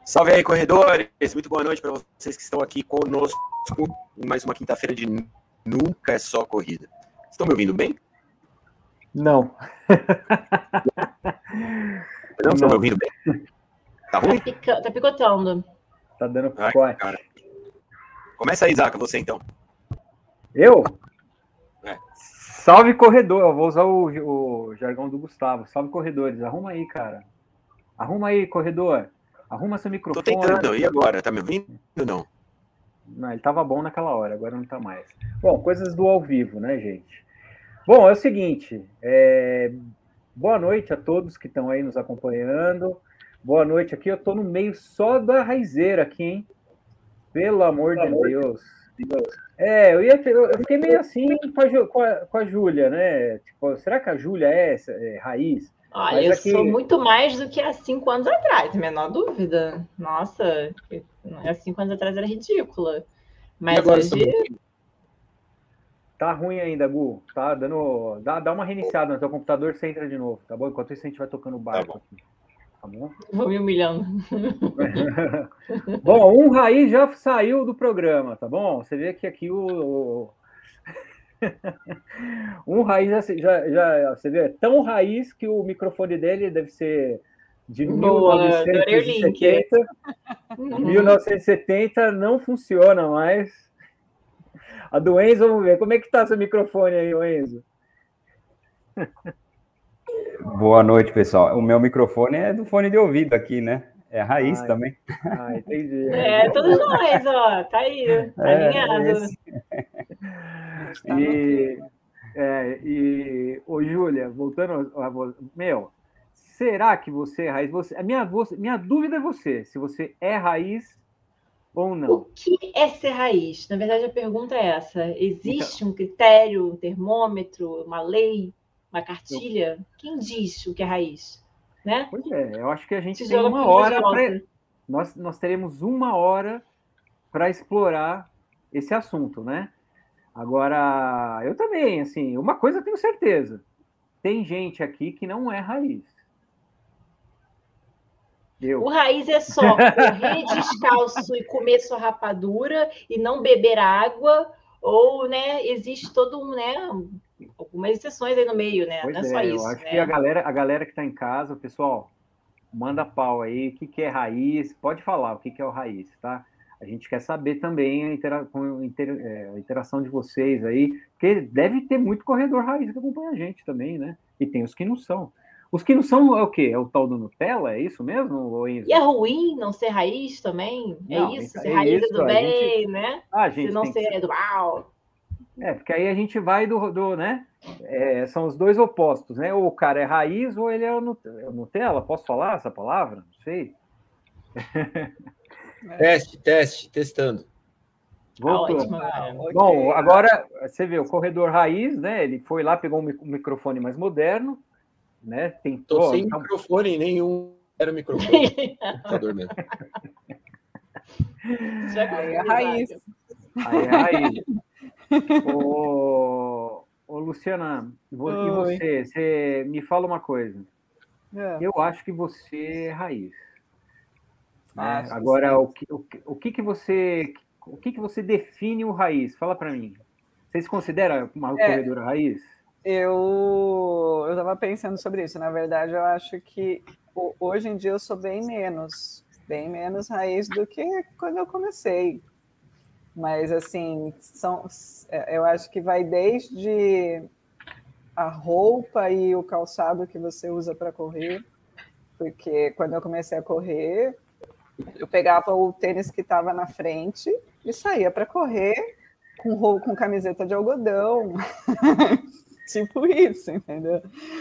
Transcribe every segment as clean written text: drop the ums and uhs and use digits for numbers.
Salve aí, corredores! Muito boa noite para vocês que estão aqui conosco em mais uma quinta-feira de Nunca é Só Corrida. Estão me ouvindo bem? Não. Não estão me ouvindo bem? Tá ruim? Tá picotando. Tá dando picote. Cara. Começa aí, Zaca, você então. Eu? É. Salve, corredor. Eu vou usar o jargão do Gustavo. Salve, corredores. Arruma aí, cara. Arruma aí, corredor. Arruma seu microfone. Tô tentando. E agora? Tá me ouvindo ou não? Não, ele tava bom naquela hora, agora não tá mais. Bom, coisas do ao vivo, né, gente? Bom, é o seguinte. Boa noite a todos que estão aí nos acompanhando. Boa noite aqui. Eu tô no meio só da raizeira aqui, hein? Pelo amor de Deus. Eu fiquei meio assim com a Júlia, né? Tipo, será que a Júlia é raiz? Olha, eu sou muito mais do que há 5 anos atrás, menor dúvida. Nossa, há 5 anos atrás era ridícula. Mas agora hoje... Tá ruim ainda, Gu. Tá dando... Dá uma reiniciada no teu computador, você entra de novo, tá bom? Enquanto isso, a gente vai tocando o barco aqui. Tá bom? Vou me humilhando. Bom, um raiz já saiu do programa, tá bom? Você vê que aqui um raiz já você vê, é tão raiz que o microfone dele deve ser de 1970. 1970 não funciona mais. A do Enzo, vamos ver. Como é que tá seu microfone aí, Enzo? Boa noite, pessoal. O meu microfone é do fone de ouvido aqui, né? É raiz também. Entendi. Todos nós, ó. Tá aí, alinhado. Ô, Júlia, voltando será que você é raiz? Minha dúvida é se você é raiz ou não. O que é ser raiz? Na verdade, a pergunta é essa. Existe um critério, um termômetro, uma lei, uma cartilha? Quem diz o que é raiz? Né? Pois é, eu acho que a gente tem uma hora para... Nós teremos uma hora para explorar esse assunto, né? Agora, eu também, assim, uma coisa eu tenho certeza. Tem gente aqui que não é raiz. O raiz é só correr descalço e comer sua rapadura e não beber água, ou, né, existe todo algumas exceções aí no meio, né? Pois não é só isso. Eu acho que a galera que está em casa, pessoal, manda pau aí, o que é raiz, pode falar o que é o raiz, tá? A gente quer saber também a interação de vocês aí, porque deve ter muito corredor raiz que acompanha a gente também, né? E tem os que não são. Os que não são é o quê? É o tal do Nutella? É isso mesmo? E é ruim não ser raiz também? Não, isso? Ser raiz é do bem, né? Se não ser do mal. Porque aí a gente vai né? São os dois opostos, né? Ou o cara é raiz ou ele é o Nutella. Posso falar essa palavra? Não sei. Testando. Voltou. Ótimo, Bom, agora você vê o corredor raiz, né? Ele foi lá, pegou um microfone mais moderno, né? Tentou. Tô sem microfone nenhum. Era o microfone. Computador mesmo. Aí é raiz. Ô, Luciana, e você me fala uma coisa. Eu acho que você é raiz. Né? Agora, o que você define o raiz? Fala para mim. Você se considera uma corredora raiz? Eu estava pensando sobre isso. Na verdade, eu acho que hoje em dia eu sou bem menos raiz do que quando eu comecei. Mas, assim, eu acho que vai desde a roupa e o calçado que você usa para correr, porque quando eu comecei a correr, eu pegava o tênis que estava na frente e saía para correr com camiseta de algodão, tipo isso, entendeu?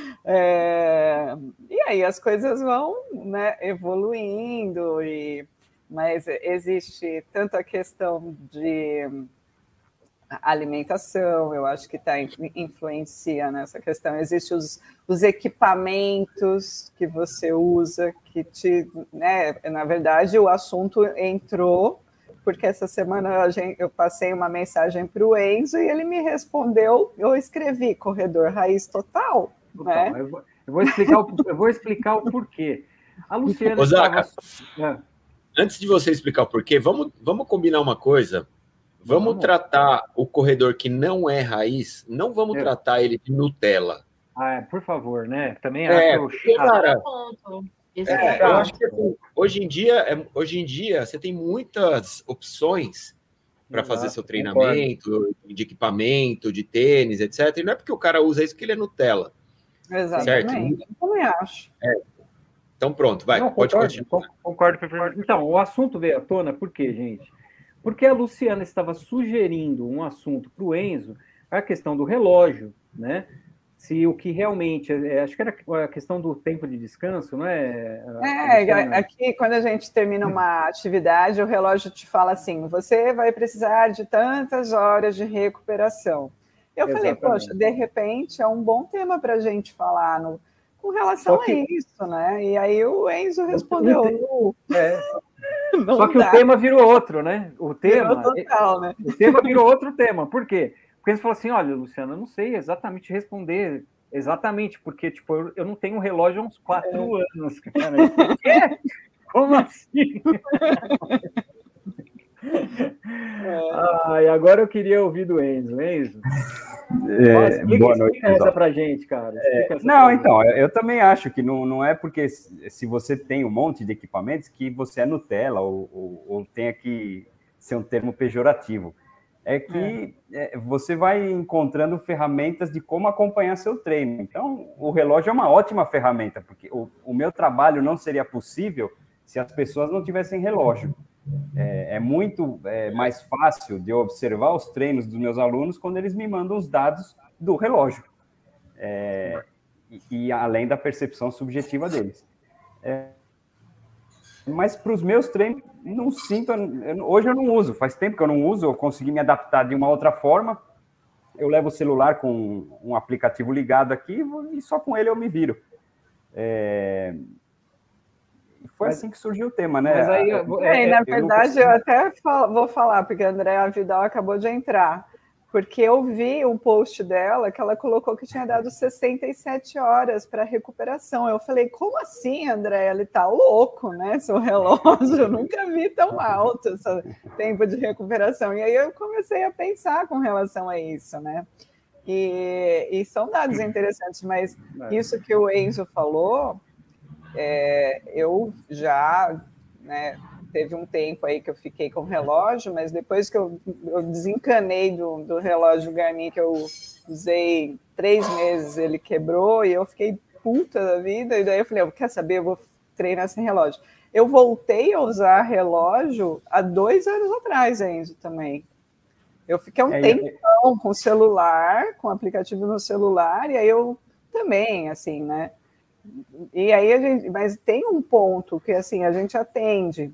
E aí as coisas vão, né, evoluindo, mas existe tanto a questão de alimentação, eu acho que influencia nessa questão. Existem os equipamentos que você usa, né, na verdade, o assunto entrou, porque essa semana eu passei uma mensagem para o Enzo e ele me respondeu, eu escrevi corredor raiz total. Né? Eu vou explicar o porquê. A Luciana estava... antes de você explicar o porquê, vamos combinar uma coisa. Vamos tratar o corredor que não é raiz, não vamos tratar ele de Nutella. Por favor, né? Também acho chato. Cara, eu acho que assim, hoje em dia você tem muitas opções para fazer seu treinamento, de equipamento, de tênis, etc. E não é porque o cara usa isso que ele é Nutella. Exatamente. Certo? Eu também acho. Então pronto, vai, pode continuar. Concordo perfeitamente. Então, o assunto veio à tona, por quê, gente? Porque a Luciana estava sugerindo um assunto para o Enzo, a questão do relógio, né? Se o que realmente... acho que era a questão do tempo de descanso, não é? Aqui, quando a gente termina uma atividade, o relógio te fala assim, você vai precisar de tantas horas de recuperação. Eu falei, poxa, de repente é um bom tema para a gente falar com relação a isso, né? E aí o Enzo respondeu... Só que o tema virou outro, né? O tema virou outro tema. Por quê? Porque eles falaram assim, olha, Luciana, eu não sei exatamente responder exatamente, porque tipo, eu não tenho um relógio há uns 4 anos, cara. Como assim? E agora eu queria ouvir do Enzo. Enzo, boa noite. Explica essa pra gente, cara. Eu também acho que não é porque se você tem um monte de equipamentos que você é Nutella ou tenha que ser um termo pejorativo. É que você vai encontrando ferramentas de como acompanhar seu treino. Então, o relógio é uma ótima ferramenta, porque o meu trabalho não seria possível se as pessoas não tivessem relógio. É muito mais fácil de eu observar os treinos dos meus alunos quando eles me mandam os dados do relógio. E além da percepção subjetiva deles. Mas para os meus treinos, não sinto... Hoje eu não uso, faz tempo que eu não uso, eu consegui me adaptar de uma outra forma. Eu levo o celular com um aplicativo ligado aqui e só com ele eu me viro. Foi assim que surgiu o tema, né? Mas aí, na verdade, eu até vou falar, porque a Andréa Vidal acabou de entrar. Porque eu vi um post dela que ela colocou que tinha dado 67 horas para recuperação. Eu falei, como assim, André? Ele tá louco, né? Seu relógio, eu nunca vi tão alto esse tempo de recuperação. E aí eu comecei a pensar com relação a isso, né? E são dados interessantes, mas isso que o Enzo falou, eu já... né, teve um tempo aí que eu fiquei com o relógio, mas depois que eu desencanei do relógio Garmin, que eu usei 3 meses, ele quebrou e eu fiquei puta da vida, e daí eu falei, quer saber, eu vou treinar sem relógio. Eu voltei a usar relógio há 2 anos atrás, Enzo, também. Eu fiquei um tempão com o celular, com o aplicativo no celular, e aí eu também, assim, né? E aí mas tem um ponto que, assim, a gente atende,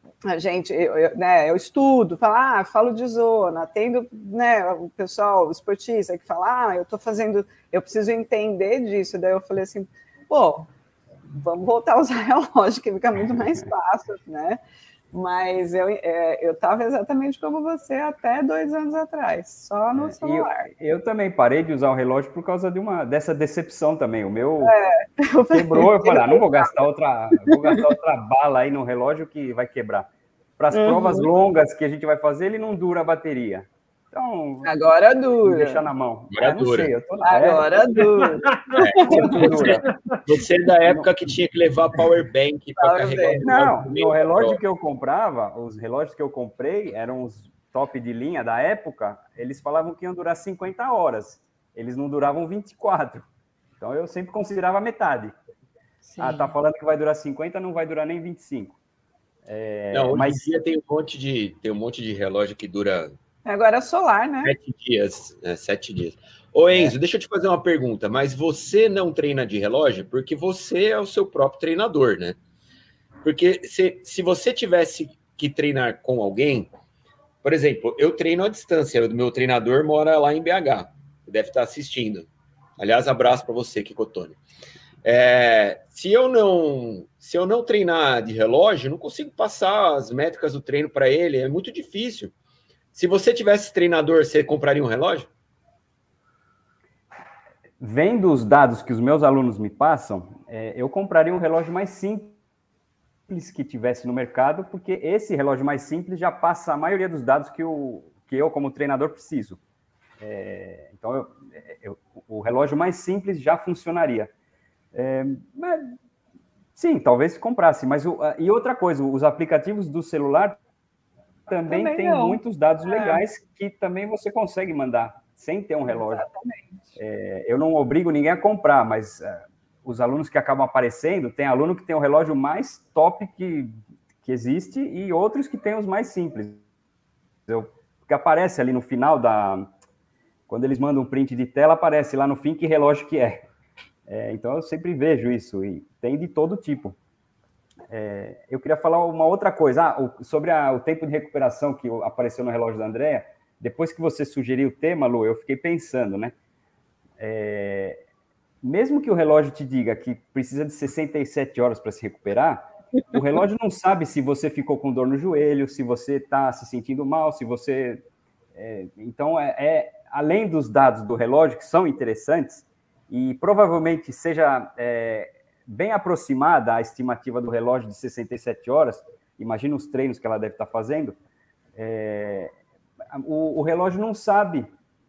eu estudo, falo de zona, atendo, né, o pessoal, o esportista que fala, eu preciso entender disso. Daí eu falei assim, vamos voltar a usar relógio, que fica muito mais fácil, né? Mas eu estava exatamente como você até 2 anos atrás, só no celular. Eu também parei de usar o relógio por causa dessa decepção também. O meu quebrou, eu falei, não vou gastar outra bala aí no relógio que vai quebrar. Para as provas longas que a gente vai fazer, ele não dura a bateria. Então, agora dura. Vou deixar na mão. Agora dura. Agora dura. Você é da época que tinha que levar power bank para carregar. Não, no relógio que eu comprava, os relógios que eu comprei eram os top de linha da época, eles falavam que iam durar 50 horas. Eles não duravam 24. Então eu sempre considerava metade. Sim. Tá falando que vai durar 50, não vai durar nem 25. Hoje em dia tem um monte de relógio que dura... Agora é solar, né? 7 dias. 7 dias. Ô, Enzo, deixa eu te fazer uma pergunta. Mas você não treina de relógio porque você é o seu próprio treinador, né? Porque se você tivesse que treinar com alguém... Por exemplo, eu treino à distância. O meu treinador mora lá em BH. Deve estar assistindo. Aliás, abraço para você, Kikotone. Se eu não treinar de relógio, não consigo passar as métricas do treino para ele. É muito difícil. Se você tivesse treinador, você compraria um relógio? Vendo os dados que os meus alunos me passam, eu compraria um relógio mais simples que tivesse no mercado, porque esse relógio mais simples já passa a maioria dos dados que eu, como treinador, preciso. Então, o relógio mais simples já funcionaria. Mas, sim, talvez comprasse. Mas e outra coisa, os aplicativos do celular também têm muitos dados legais que também você consegue mandar sem ter um relógio. Eu não obrigo ninguém a comprar, mas os alunos que acabam aparecendo, tem aluno que tem o relógio mais top que existe e outros que tem os mais simples. Porque aparece ali no final quando eles mandam um print de tela, aparece lá no fim que relógio que é. Então, eu sempre vejo isso, e tem de todo tipo. Eu queria falar uma outra coisa, sobre o tempo de recuperação que apareceu no relógio da Andrea. Depois que você sugeriu o tema, Lu, eu fiquei pensando, né? Mesmo que o relógio te diga que precisa de 67 horas para se recuperar, o relógio não sabe se você ficou com dor no joelho, se você está se sentindo mal, se você... Então, além dos dados do relógio, que são interessantes, e provavelmente seja bem aproximada a estimativa do relógio de 67 horas, imagina os treinos que ela deve estar fazendo, o relógio não sabe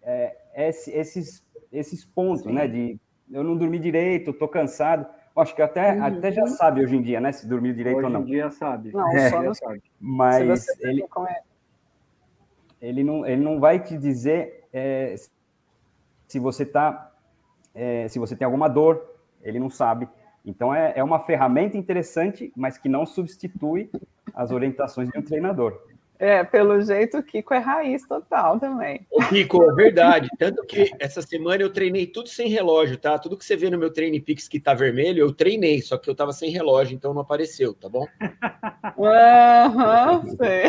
esses pontos, sim, né, de eu não dormi direito, estou cansado. Acho que até já sabe hoje em dia, né, se dormir direito ou não. Hoje em dia sabe. Não, só não sabe. Mas ele não vai te dizer se você se você tem alguma dor, ele não sabe. Então, é uma ferramenta interessante, mas que não substitui as orientações de um treinador. Pelo jeito, o Kiko é raiz total também. O Kiko, é verdade. Tanto que essa semana eu treinei tudo sem relógio, tá? Tudo que você vê no meu TrainPix que tá vermelho, eu treinei, só que eu tava sem relógio, então não apareceu, tá bom? Sei.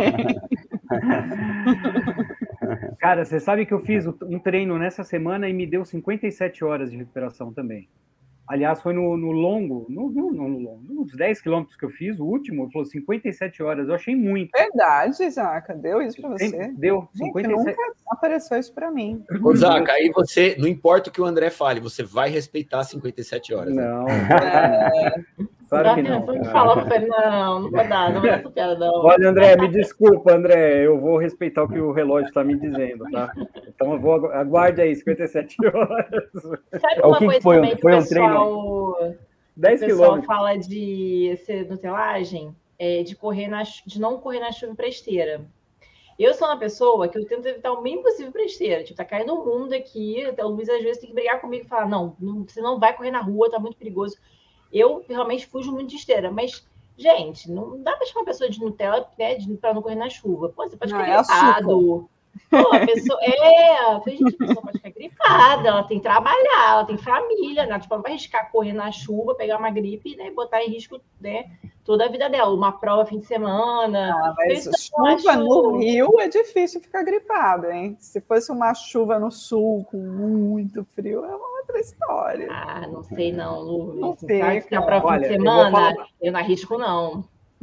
Cara, você sabe que eu fiz um treino nessa semana e me deu 57 horas de recuperação também. Aliás, foi no longo, nos 10 quilômetros que eu fiz, o último, falou 57 horas. Eu achei muito. Verdade, Zaca. Deu isso para você? Deu 57. Gente, nunca apareceu isso para mim. Ô, Zaca, aí você, não importa o que o André fale, você vai respeitar 57 horas. Não. Né? Claro que não. Não vou dar, não é essa piada, não. Olha, André, me desculpa, André, eu vou respeitar o que o relógio está me dizendo, tá? Então eu vou, aguarde aí, 57 horas. Sabe uma coisa também que o pessoal, 10 quilômetros. Fala de nutelagem, de não correr na chuva para esteira. Eu sou uma pessoa que eu tento evitar o mínimo possível para esteira. Tipo, tá caindo o mundo aqui, o Luiz às vezes tem que brigar comigo e falar, não, você não vai correr na rua, tá muito perigoso. Eu realmente fujo muito de esteira, mas, gente, não dá para chamar uma pessoa de Nutella, né, para não correr na chuva. Pô, você pode ficar gripado. Pô, a pessoa pode ficar gripada, ela tem que trabalhar, ela tem família, né? Tipo, ela não vai arriscar correr na chuva, pegar uma gripe, né, e botar em risco, né, toda a vida dela. Uma prova fim de semana. Mas chuva no Rio é difícil ficar gripado, hein? Se fosse uma chuva no sul com muito frio, é uma outra história. Não sei não, Lu. Não sei. Se a prova fim de semana, eu não arrisco, não.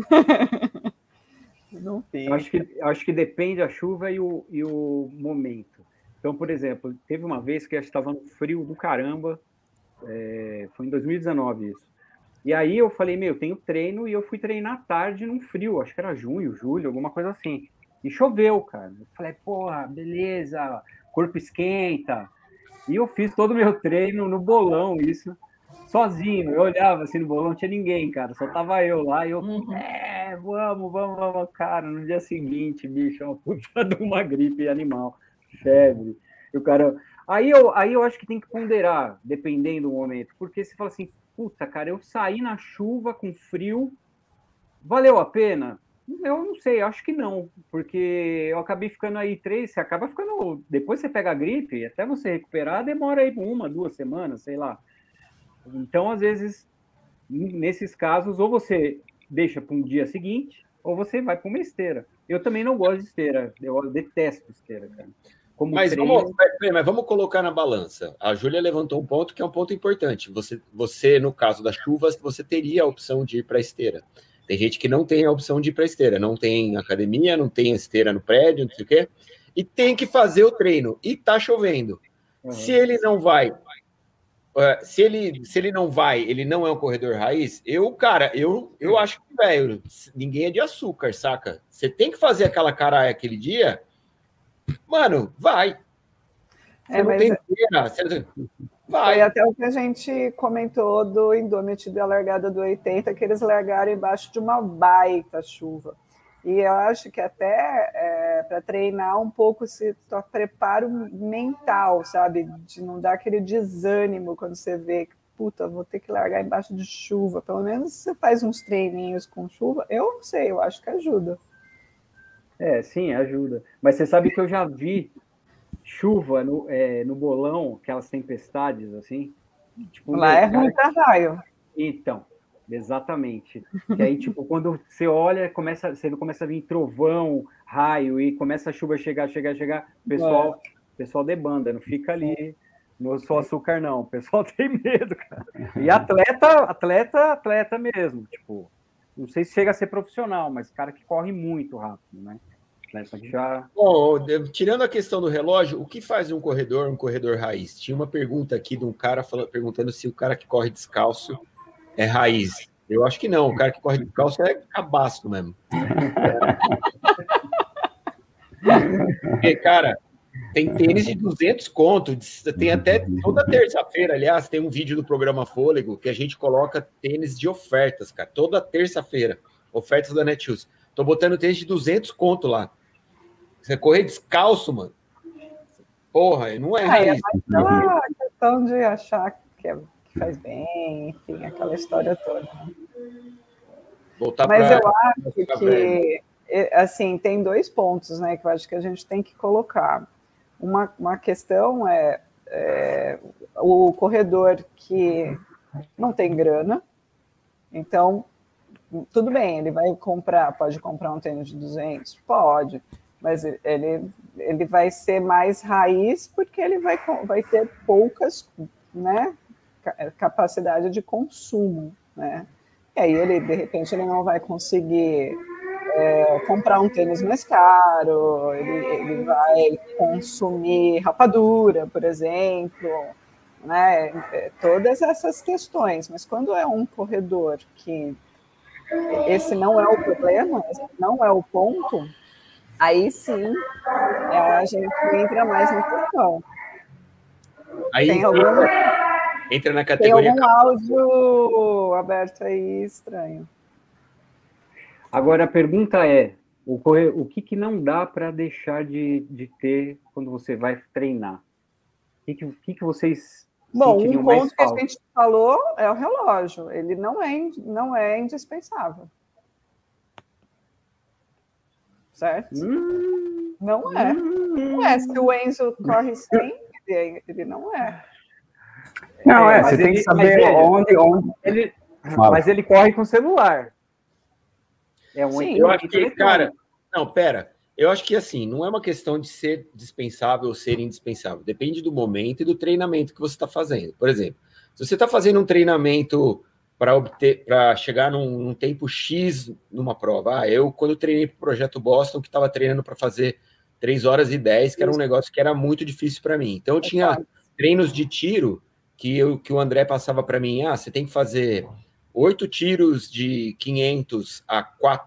Não eu acho que depende da chuva e o momento. Então, por exemplo, teve uma vez que estava no frio do caramba, foi em 2019 isso. E aí eu falei, tenho treino, e eu fui treinar à tarde num frio, acho que era junho, julho, alguma coisa assim. E choveu, cara. Eu falei, porra, beleza, corpo esquenta. E eu fiz todo o meu treino no bolão, isso, sozinho. Eu olhava assim no bolão, não tinha ninguém, cara, só tava eu lá, e eu, vamos, cara. No dia seguinte, bicho, uma puta de uma gripe animal, febre. E o cara... Aí eu acho que tem que ponderar, dependendo do momento, porque você fala assim, puta, cara, eu saí na chuva com frio, valeu a pena? Eu não sei, acho que não, porque eu acabei ficando aí você acaba ficando, depois você pega a gripe, até você recuperar, demora aí 1, 2 semanas, sei lá. Então, às vezes, nesses casos, ou você deixa para um dia seguinte, ou você vai para uma esteira. Eu também não gosto de esteira, eu detesto esteira, cara. Mas vamos colocar na balança. A Júlia levantou um ponto que é um ponto importante. Você, no caso das chuvas, você teria a opção de ir para a esteira. Tem gente que não tem a opção de ir para a esteira. Não tem academia, não tem esteira no prédio, não sei o quê. E tem que fazer o treino. E tá chovendo. Se ele não vai Se ele não vai, ele não é um corredor raiz, eu acho que, velho, ninguém é de açúcar, saca? Você tem que fazer aquela caralho aquele dia, mano, vai. Você não tem pena, vai. Foi até o que a gente comentou do Indomit da largada do 80, que eles largaram embaixo de uma baita chuva. E eu acho que até para treinar um pouco esse preparo mental, sabe? De não dar aquele desânimo quando você vê que, puta, vou ter que largar embaixo de chuva. Pelo menos você faz uns treininhos com chuva. Eu não sei, eu acho que ajuda. Sim, ajuda. Mas você sabe que eu já vi chuva no bolão, aquelas tempestades assim. Tipo, lá é ruim pra raio. Então, exatamente. E aí, tipo, quando você olha, você começa a vir trovão, raio, e começa a chuva chegar, o pessoal debanda, não fica ali. Não sou açúcar, não. O pessoal tem medo, cara. E atleta mesmo. Tipo, não sei se chega a ser profissional, mas cara que corre muito rápido, né? Bom, tirando a questão do relógio, o que faz um corredor raiz? Tinha uma pergunta aqui de um cara perguntando se o cara que corre descalço é raiz. Eu acho que não, o cara que corre descalço é cabaço mesmo. Porque, cara, tem tênis de 200 conto, tem até toda terça-feira, aliás, tem um vídeo do programa Fôlego que a gente coloca tênis de ofertas, cara, toda terça-feira, ofertas da Netshoes. Tô botando tênis de 200 conto lá. Você correr descalço, mano. Porra, não é raiz. É uma questão de achar que faz bem, enfim, aquela história toda. Mas eu acho que, assim, tem 2 pontos, né, que eu acho que a gente tem que colocar. Uma questão é o corredor que não tem grana, então, tudo bem, ele pode comprar um tênis de 200? Pode, mas ele vai ser mais raiz porque ele vai ter poucas, né, capacidade de consumo, né? E aí de repente ele não vai conseguir comprar um tênis mais caro, ele vai consumir rapadura, por exemplo, né? Todas essas questões. Mas quando é um corredor que esse não é o problema, esse não é o ponto, aí sim a gente entra mais na questão. Aí tem entra na categoria. Tem algum áudio aberto aí estranho. Agora a pergunta é: o que não dá para deixar de ter quando você vai treinar? O que vocês sentiriam mais falta? Um ponto que a gente falou é o relógio. Ele não é indispensável. Certo? Não é. Não é. Se o Enzo corre 100, ele não é. Não, você tem que saber onde... Mas ele corre com celular. Sim, eu acho que, cara... Não, pera. Eu acho que, assim, não é uma questão de ser dispensável ou ser indispensável. Depende do momento e do treinamento que você está fazendo. Por exemplo, se você está fazendo um treinamento para chegar num tempo X numa prova. Quando eu treinei para o Projeto Boston, que estava treinando para fazer 3h10, que era um negócio que era muito difícil para mim. Então, eu tinha treinos de tiro que o André passava para mim. Você tem que fazer 8 tiros de 500 a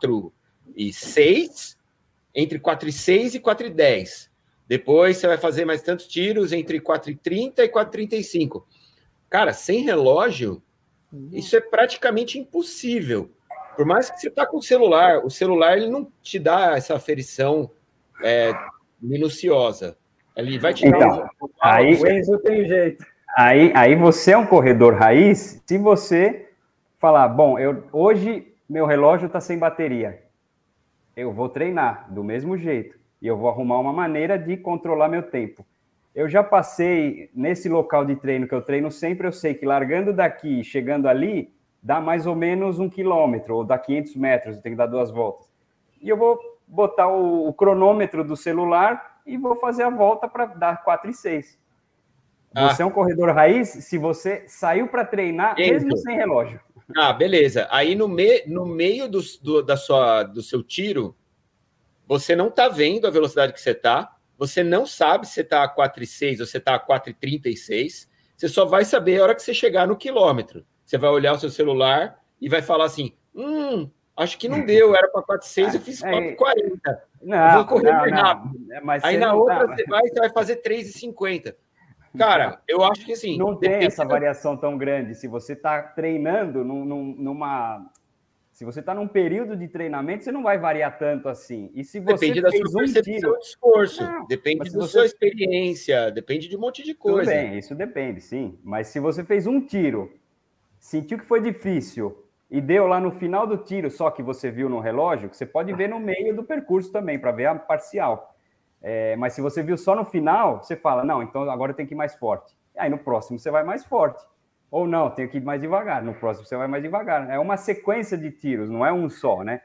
4,6, entre 4,6 e 4,10. Depois você vai fazer mais tantos tiros entre 4,30 e 4,35. Cara, sem relógio, isso é praticamente impossível. Por mais que você está com o celular ele não te dá essa aferição minuciosa. Ele vai te dar o Enzo tem jeito. Aí você é um corredor raiz se você falar, bom, hoje meu relógio está sem bateria. Eu vou treinar do mesmo jeito e eu vou arrumar uma maneira de controlar meu tempo. Eu já passei nesse local de treino que eu treino sempre, eu sei que largando daqui e chegando ali, dá mais ou menos 1 quilômetro, ou dá 500 metros, eu tenho que dar 2 voltas. E eu vou botar o cronômetro do celular e vou fazer a volta para dar 4,6. Você é um corredor raiz se você saiu para treinar, mesmo sem relógio. Beleza. Aí no meio do seu tiro, você não está vendo a velocidade que você está, você não sabe se você está a 4,6 ou se você está a 4,36, Você só vai saber a hora que você chegar no quilômetro. Você vai olhar o seu celular e vai falar assim, acho que não deu, era para 4,6, eu fiz 4,40. Eu vou correr mais rápido. Mas aí na outra você vai fazer 3,50. Cara, eu acho que assim... Não tem essa variação tão grande. Se você está treinando se você está num período de treinamento, você não vai variar tanto assim. E se você depende da sua percepção de esforço, depende da sua experiência, depende de um monte de coisa. Tudo bem, isso depende, sim. Mas se você fez um tiro, sentiu que foi difícil e deu lá no final do tiro, só que você viu no relógio, você pode ver no meio do percurso também, para ver a parcial. Mas se você viu só no final, você fala, não, então agora tem que ir mais forte. Aí no próximo você vai mais forte. Ou não, tenho que ir mais devagar. No próximo você vai mais devagar. É uma sequência de tiros, não é um só, né?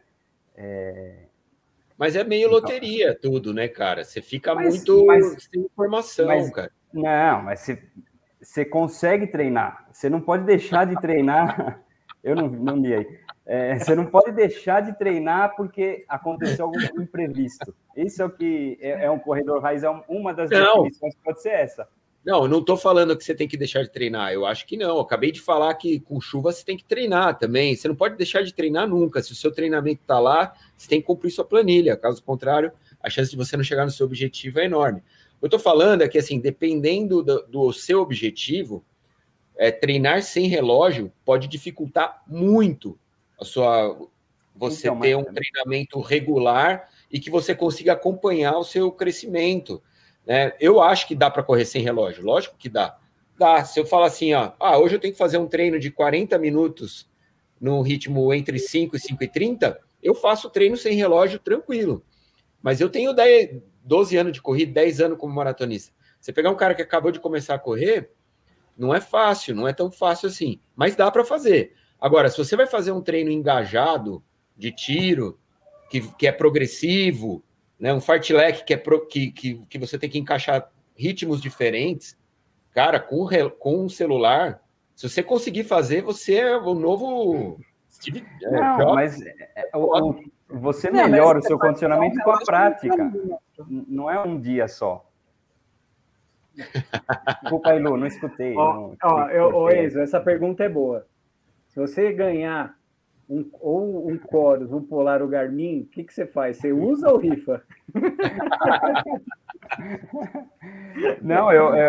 Mas é meio loteria tudo, né, cara? Você fica muito sem informação, cara. Não, mas você consegue treinar. Você não pode deixar de treinar. Eu não li aí. Você não pode deixar de treinar porque aconteceu algum imprevisto. Isso é o que é um corredor raiz. Uma das definições pode ser essa. Não, eu não estou falando que você tem que deixar de treinar. Eu acho que não. Eu acabei de falar que com chuva você tem que treinar também. Você não pode deixar de treinar nunca. Se o seu treinamento está lá, você tem que cumprir sua planilha. Caso contrário, a chance de você não chegar no seu objetivo é enorme. Eu estou falando é que, assim, dependendo do seu objetivo, treinar sem relógio pode dificultar muito você ter um treinamento regular e que você consiga acompanhar o seu crescimento. Eu acho que dá para correr sem relógio, lógico que dá. Se eu falar assim, hoje eu tenho que fazer um treino de 40 minutos no ritmo entre 5 e 5,30, eu faço treino sem relógio tranquilo. Mas eu tenho 12 anos de corrida, 10 anos como maratonista. Você pegar um cara que acabou de começar a correr, não é fácil, não é tão fácil assim, mas dá para fazer. Agora, se você vai fazer um treino engajado de tiro, que é progressivo, né, um fartlek que você tem que encaixar ritmos diferentes, cara, com um celular, se você conseguir fazer, você é o novo Steve Jobs. Mas você melhora o seu condicionamento com a prática, não é um dia só. Desculpa, Lu, não escutei. Enzo, essa pergunta é boa. Se você ganhar um Chorus, um Polar, o Garmin, o que você faz? Você usa ou rifa? Não,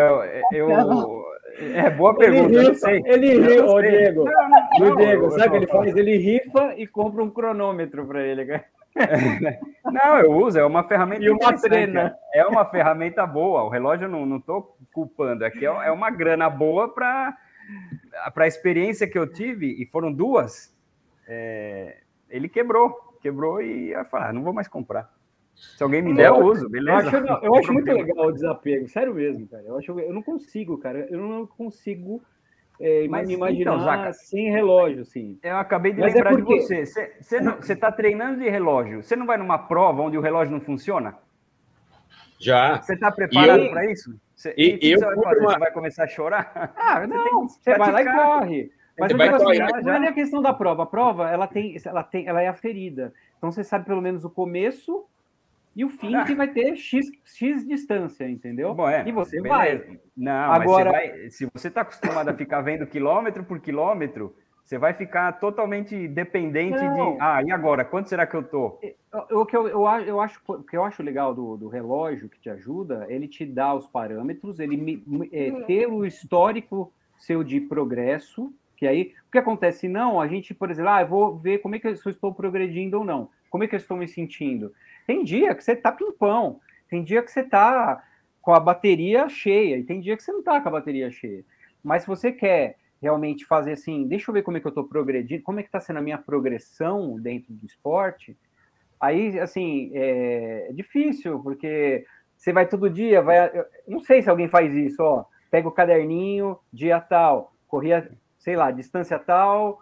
boa pergunta. Ele rifa, Diego. Diego, sabe o que ele faz? Ele rifa e compra um cronômetro para ele. Não, eu uso, é uma ferramenta e uma treina. É uma ferramenta boa. O relógio eu não estou culpando. Aqui é uma grana boa para a experiência que eu tive, e foram duas. Ele quebrou e ia falar, não vou mais comprar. Se alguém me der, eu uso, beleza? Eu acho muito legal o desapego, sério mesmo, cara. Eu não consigo, cara. Eu não consigo me imaginar sem relógio, assim. Eu acabei de lembrar de você. Você está treinando de relógio. Você não vai numa prova onde o relógio não funciona? Já. Você está preparado para isso? Você vai fazer? Você vai começar a chorar? Você vai lá e corre. Mas não é a questão da prova. A prova, ela é aferida. Então, você sabe pelo menos o começo e o fim, que vai ter X distância, entendeu? Bom, e você beleza. vai. Não, agora, se você está acostumado a ficar vendo quilômetro por quilômetro, você vai ficar totalmente dependente e agora? Quanto será que eu tô? O que eu acho legal do relógio que te ajuda, ele te dá os parâmetros, ele ter o histórico seu de progresso, que aí, o que acontece? Não, a gente, por exemplo, eu vou ver como é que eu estou progredindo ou não, como é que eu estou me sentindo. Tem dia que você tá pimpão, tem dia que você tá com a bateria cheia, e tem dia que você não tá com a bateria cheia. Mas se você quer realmente fazer assim, deixa eu ver como é que eu tô progredindo, como é que tá sendo a minha progressão dentro do esporte, aí, assim, é difícil, porque você vai todo dia, não sei se alguém faz isso, pega o caderninho, dia tal, corria, sei lá, distância tal,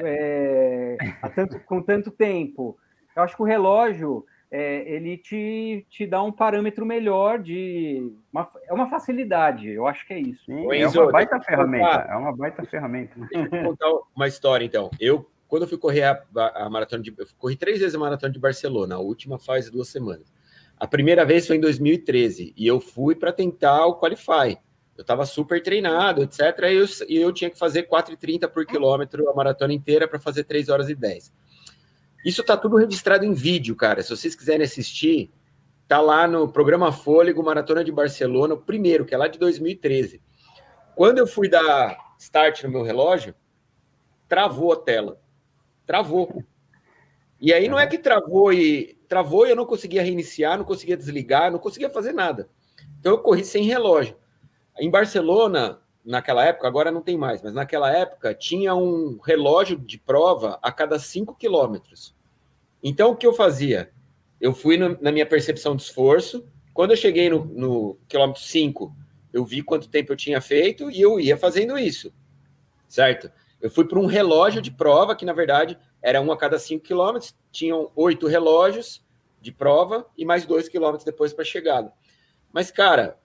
com tanto tempo. Eu acho que o relógio, ele te dá um parâmetro melhor é uma facilidade, eu acho que é isso. Sim, é uma baita ferramenta. Deixa eu contar uma história, então. Quando eu fui correr a maratona eu corri 3 vezes a maratona de Barcelona, a última faz 2 semanas. A primeira vez foi em 2013, e eu fui para tentar o Qualify. Eu estava super treinado, etc. E eu tinha que fazer 4,30 por quilômetro a maratona inteira para fazer 3 horas e 10. Isso tá tudo registrado em vídeo, cara. Se vocês quiserem assistir, tá lá no programa Fôlego, Maratona de Barcelona, o primeiro, que é lá de 2013. Quando eu fui dar start no meu relógio, travou a tela. Travou. E aí não é que travou e eu não conseguia reiniciar, não conseguia desligar, não conseguia fazer nada. Então eu corri sem relógio. Em Barcelona, naquela época, agora não tem mais, mas naquela época tinha um relógio de prova a cada 5 quilômetros. Então o que eu fazia? Eu fui na minha percepção de esforço. Quando eu cheguei no quilômetro 5, eu vi quanto tempo eu tinha feito e eu ia fazendo isso, certo? Eu fui para um relógio de prova, que na verdade era um a cada 5 quilômetros, tinham 8 relógios de prova e mais 2 quilômetros depois para a chegada. Mas, cara,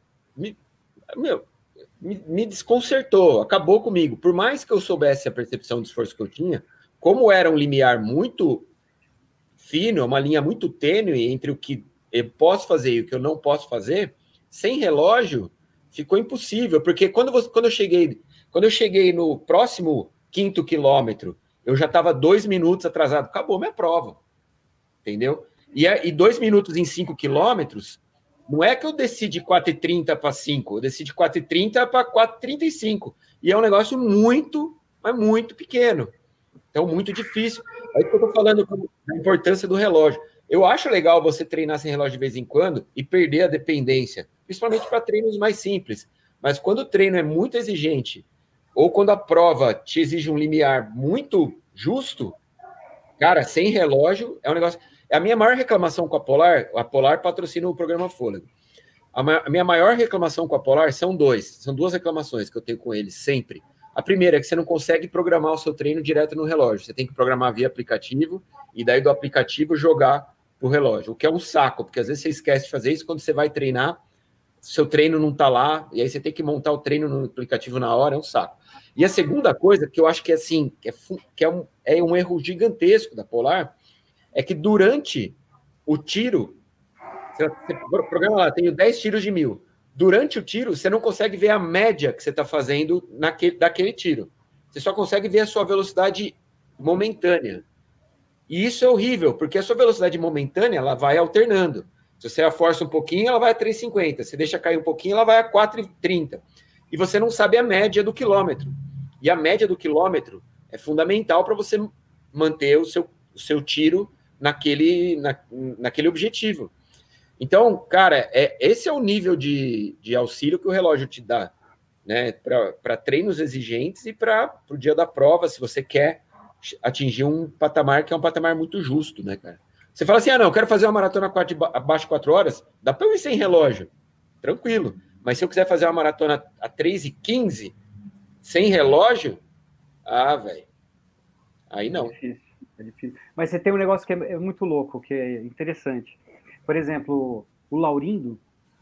me desconcertou, acabou comigo. Por mais que eu soubesse a percepção de esforço que eu tinha, como era um limiar muito fino, uma linha muito tênue entre o que eu posso fazer e o que eu não posso fazer, sem relógio, ficou impossível, porque quando eu cheguei no próximo 5º quilômetro, eu já estava 2 minutos atrasado, acabou minha prova, entendeu? E 2 minutos em 5 quilômetros, não é que eu desci de 4,30 para 5, eu desci de 4,30 para 4,35, e é um negócio muito, mas muito pequeno, então muito difícil. É isso que eu estou falando da importância do relógio. Eu acho legal você treinar sem relógio de vez em quando e perder a dependência, principalmente para treinos mais simples. Mas quando o treino é muito exigente, ou quando a prova te exige um limiar muito justo, cara, sem relógio é um negócio... A minha maior reclamação com a Polar patrocina o programa Fôlego. A minha maior reclamação com a Polar são duas reclamações que eu tenho com eles sempre. A primeira é que você não consegue programar o seu treino direto no relógio. Você tem que programar via aplicativo e daí do aplicativo jogar pro relógio, o que é um saco, porque às vezes você esquece de fazer isso quando você vai treinar, seu treino não tá lá, e aí você tem que montar o treino no aplicativo na hora, é um saco. E a segunda coisa, que eu acho que é assim, é um erro gigantesco da Polar, é que durante o tiro, você programa lá, tenho 10 tiros de 1.000. Durante o tiro, você não consegue ver a média que você está fazendo daquele tiro. Você só consegue ver a sua velocidade momentânea. E isso é horrível, porque a sua velocidade momentânea ela vai alternando. Se você a força um pouquinho, ela vai a 3,50. Se deixa cair um pouquinho, ela vai a 4,30. E você não sabe a média do quilômetro. E a média do quilômetro é fundamental para você manter o seu tiro naquele objetivo. Então, cara, esse é o nível de auxílio que o relógio te dá, né? Para treinos exigentes e para o dia da prova, se você quer atingir um patamar que é um patamar muito justo, né, cara? Você fala assim, não, eu quero fazer uma maratona abaixo de 4 horas, dá para eu ir sem relógio, tranquilo. Mas se eu quiser fazer uma maratona a 3:15, sem relógio, velho, aí não. É difícil. Mas você tem um negócio que é muito louco, que é interessante. Por exemplo, o Laurindo,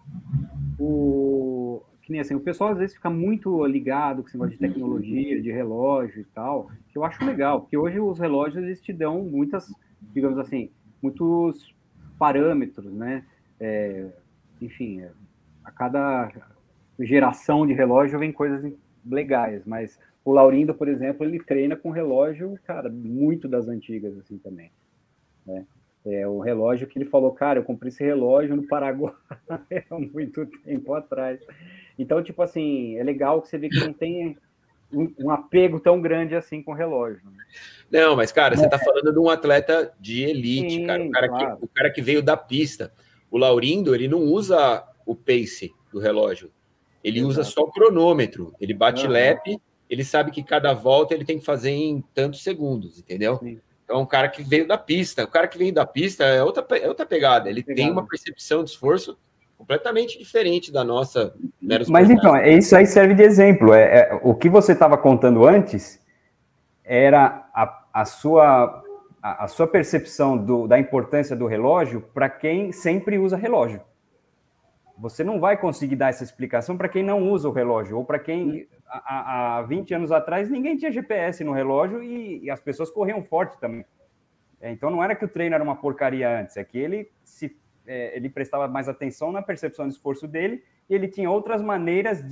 que nem assim, o pessoal às vezes fica muito ligado com esse negócio de tecnologia, de relógio e tal, que eu acho legal, porque hoje os relógios eles te dão muitas, digamos assim, muitos parâmetros, né? Enfim, a cada geração de relógio vem coisas legais, mas o Laurindo, por exemplo, ele treina com relógio, cara, muito das antigas, assim, também, né? O relógio que ele falou, cara, eu comprei esse relógio no Paraguai há muito tempo atrás. Então, tipo assim, é legal que você vê que não tem um apego tão grande assim com o relógio. Né? Não, mas, cara, você tá falando de um atleta de elite, sim, cara. Claro. O cara que veio da pista. O Laurindo, ele não usa o pace do relógio. Ele usa só o cronômetro. Ele bate lap, ele sabe que cada volta ele tem que fazer em tantos segundos, entendeu? Sim. Então, o cara que veio da pista. O cara que veio da pista é outra pegada. Ele tem uma percepção de esforço completamente diferente da nossa. Mas então, isso aí serve de exemplo. O que você estava contando antes era a sua percepção da importância do relógio para quem sempre usa relógio. Você não vai conseguir dar essa explicação para quem não usa o relógio, ou para quem, há 20 anos atrás, ninguém tinha GPS no relógio e as pessoas corriam forte também. Então, não era que o treino era uma porcaria antes, é que ele prestava mais atenção na percepção de esforço dele e ele tinha outras maneiras de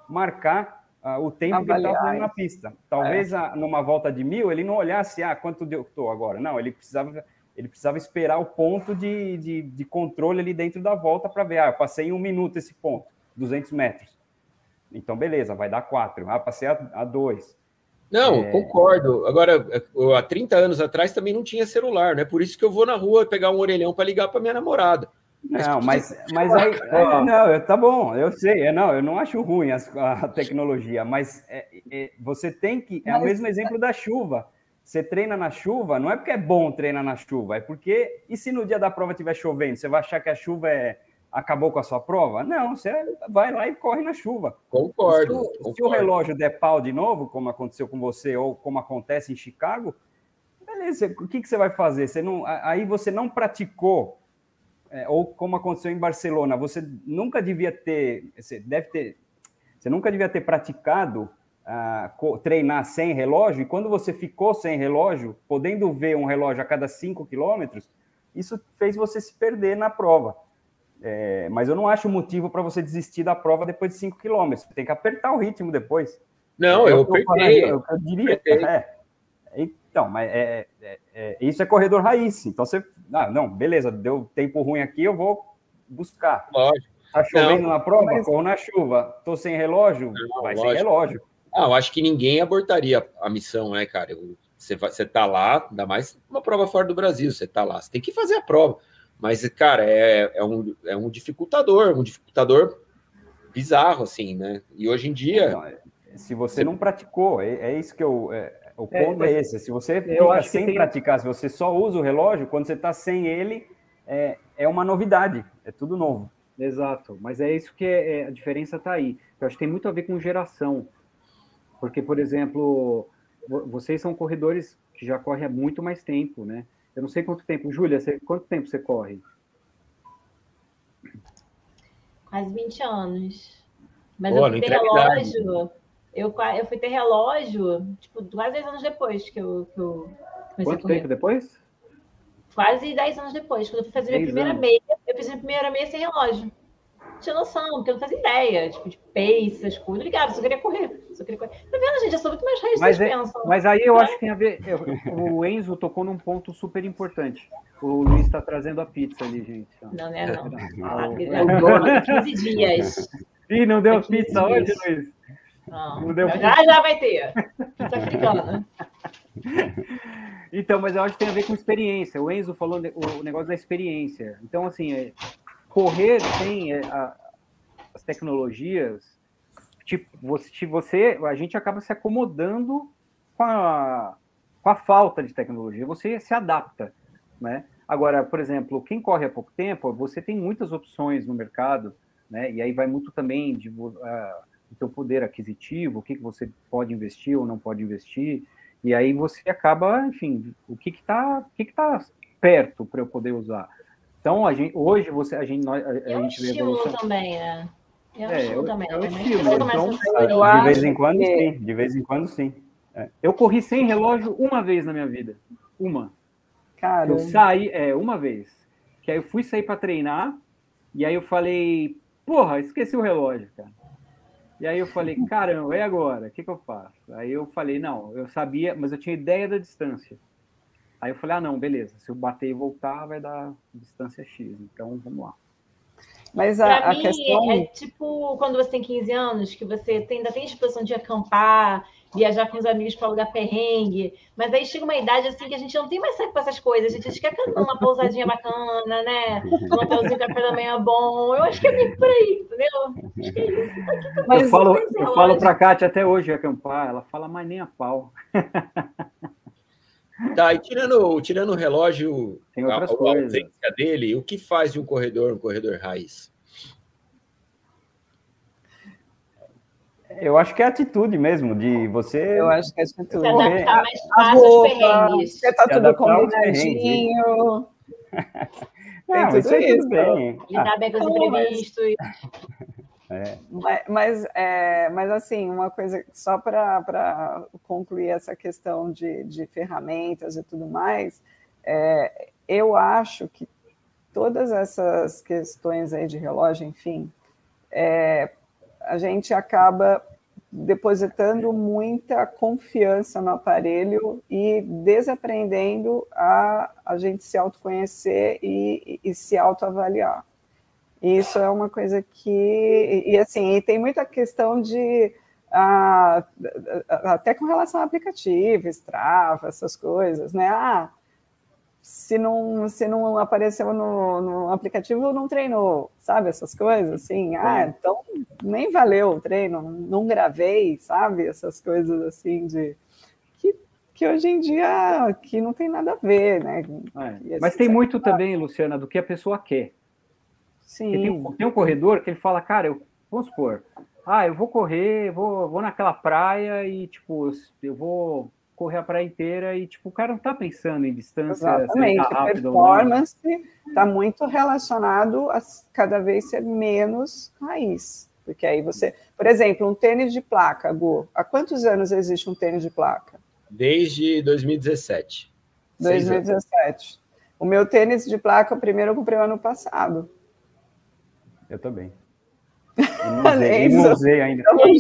marcar o tempo que ele estava fazendo na pista. Talvez numa volta de 1000 ele não olhasse, quanto eu estou agora. Não, ele precisava esperar o ponto de controle ali dentro da volta para ver, eu passei em 1 minuto esse ponto, 200 metros. Então, beleza, vai dar 4. Passei a 2. Não, concordo. Agora, há 30 anos atrás também não tinha celular, né? Por isso que eu vou na rua pegar um orelhão para ligar para minha namorada. Mas aí... Não, tá bom, eu sei. Eu não acho ruim a tecnologia, mas você tem que... É o mesmo exemplo da chuva. Você treina na chuva, não é porque é bom treinar na chuva, é porque... E se no dia da prova estiver chovendo, você vai achar que a chuva acabou com a sua prova? Não, você vai lá e corre na chuva. Concordo. Se o relógio der pau de novo, como aconteceu com você, ou como acontece em Chicago, beleza, o que você vai fazer? Aí você não praticou, ou como aconteceu em Barcelona, você nunca devia ter praticado treinar sem relógio, e quando você ficou sem relógio, podendo ver um relógio a cada 5 quilômetros, isso fez você se perder na prova. Mas eu não acho motivo para você desistir da prova depois de 5 quilômetros. Você tem que apertar o ritmo depois. Não, eu apertei. Eu diria. Então, mas isso é corredor raiz. Então você... não, beleza, deu tempo ruim aqui, eu vou buscar. Lógico. Tá chovendo na prova, corro na chuva. Tô sem relógio, vai sem relógio. Eu acho que ninguém abortaria a missão, né, cara? Você tá lá, ainda mais uma prova fora do Brasil, você tá lá, você tem que fazer a prova. Mas, cara, é um dificultador bizarro, assim, né? E hoje em dia... Não, se você não praticou, é isso que o ponto é esse. Se você fica sem praticar, se você só usa o relógio, quando você está sem ele, é uma novidade, é tudo novo. Exato, mas é isso que a diferença está aí. Eu acho que tem muito a ver com geração. Porque, por exemplo, vocês são corredores que já correm há muito mais tempo, né? Eu não sei quanto tempo. Júlia, quanto tempo você corre? Quase 20 anos. Mas eu fui ter relógio. Eu fui ter relógio, tipo, quase 10 anos depois que eu comecei a correr. Quanto tempo depois? Quase 10 anos depois. Quando eu fui fazer minha primeira meia, eu fiz minha primeira meia sem relógio. Não tinha noção, porque eu não fazia ideia, tipo, de pace, essas coisas. Eu ligava, só queria correr. Tá vendo, gente? Eu sou muito mais raiz que vocês pensam. Mas aí eu acho que tem a ver... O Enzo tocou num ponto super importante. O Luiz está trazendo a pizza ali, gente. Não, né? Não. 15 dias. Ih, não deu pizza hoje, Luiz? Não deu já vai ter. Pizza africana. Então, mas eu acho que tem a ver com experiência. O Enzo falou o negócio da experiência. Então, assim, correr sem as tecnologias, tipo, a gente acaba se acomodando com a falta de tecnologia. Você se adapta, né? Agora, por exemplo, quem corre há pouco tempo, você tem muitas opções no mercado, né? E aí vai muito também do teu poder aquisitivo, o que você pode investir ou não pode investir. E aí você acaba, enfim, o que está perto para eu poder usar. Então, hoje a gente vê um estímulo também, né? É um estímulo também. É um estímulo. Então, de vez em quando, sim. Eu corri sem relógio uma vez na minha vida. Uma. Cara. Eu saí, uma vez. Que aí eu fui sair para treinar, e aí eu falei, porra, esqueci o relógio, cara. E aí eu falei, caramba, e agora? O que eu faço? Aí eu falei, não, eu sabia, mas eu tinha ideia da distância. Aí eu falei, não, beleza, se eu bater e voltar, vai dar distância X, então vamos lá. Mas pra mim, questão... é tipo quando você tem 15 anos, que você ainda tem disposição de acampar, viajar com os amigos para alugar perrengue, mas aí chega uma idade assim que a gente não tem mais saco para essas coisas, a gente quer cantar uma pousadinha bacana, né? Um hotelzinho, café da manhã bom, eu acho que é meio por aí, entendeu? Acho que é isso. Mas eu falo para a Kátia até hoje acampar, ela fala, mas nem a pau. Tá, e tirando o relógio, tem outras a coisas. ausência dele, o que faz de um corredor raiz? Eu acho que é a atitude mesmo, de você... Eu acho que é a atitude. Se adaptar mais fácil aos perrengues. Você tá tudo combinadinho. Tem tudo isso. Bem. Lidar bem com os imprevistos. Mas assim, uma coisa, só para concluir essa questão de ferramentas e tudo mais, eu acho que todas essas questões aí de relógio, enfim, a gente acaba depositando muita confiança no aparelho e desaprendendo a gente se autoconhecer e se autoavaliar. Isso é uma coisa que... E assim, tem muita questão de... até com relação a aplicativo, Strava, essas coisas, né? Se não apareceu no aplicativo, não treinou, sabe? Essas coisas, assim. Então nem valeu o treino, não gravei, sabe? Essas coisas, assim, que hoje em dia que não tem nada a ver, né? Mas tem muito também, Luciana, do que a pessoa quer. Sim. Tem um corredor que ele fala, cara, vamos supor, eu vou correr, vou naquela praia e, tipo, eu vou correr a praia inteira e, tipo, o cara não tá pensando em distância. Exatamente, a performance está muito relacionado a cada vez ser menos raiz. Porque aí você... Por exemplo, um tênis de placa, Gu, há quantos anos existe um tênis de placa? Desde 2017. 2017. O meu tênis de placa, o primeiro eu comprei ano passado. Eu também. Não usei ainda.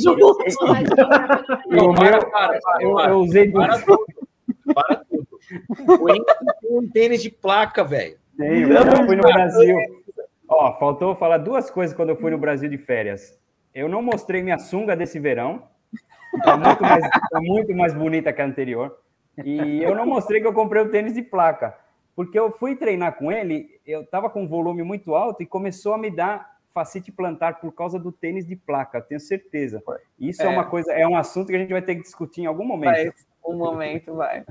Eu usei para tudo. O Enzo tem um tênis de placa, velho. Eu fui no Brasil. Faltou falar duas coisas quando eu fui no Brasil de férias. Eu não mostrei minha sunga desse verão. Tá muito mais bonita que a anterior. E eu não mostrei que eu comprei o tênis de placa. Porque eu fui treinar com ele, eu estava com um volume muito alto e começou a me dar fascite plantar por causa do tênis de placa, tenho certeza. Isso é uma coisa, é um assunto que a gente vai ter que discutir em algum momento. Vai.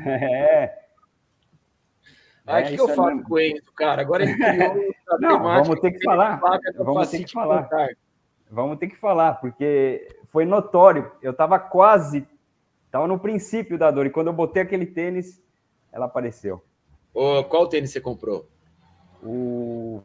O que eu faço com o Enzo, cara? Agora ele criou... Vamos ter que falar. Vamos ter que falar, porque foi notório. Eu estava no princípio da dor, e quando eu botei aquele tênis, ela apareceu. Qual tênis você comprou? O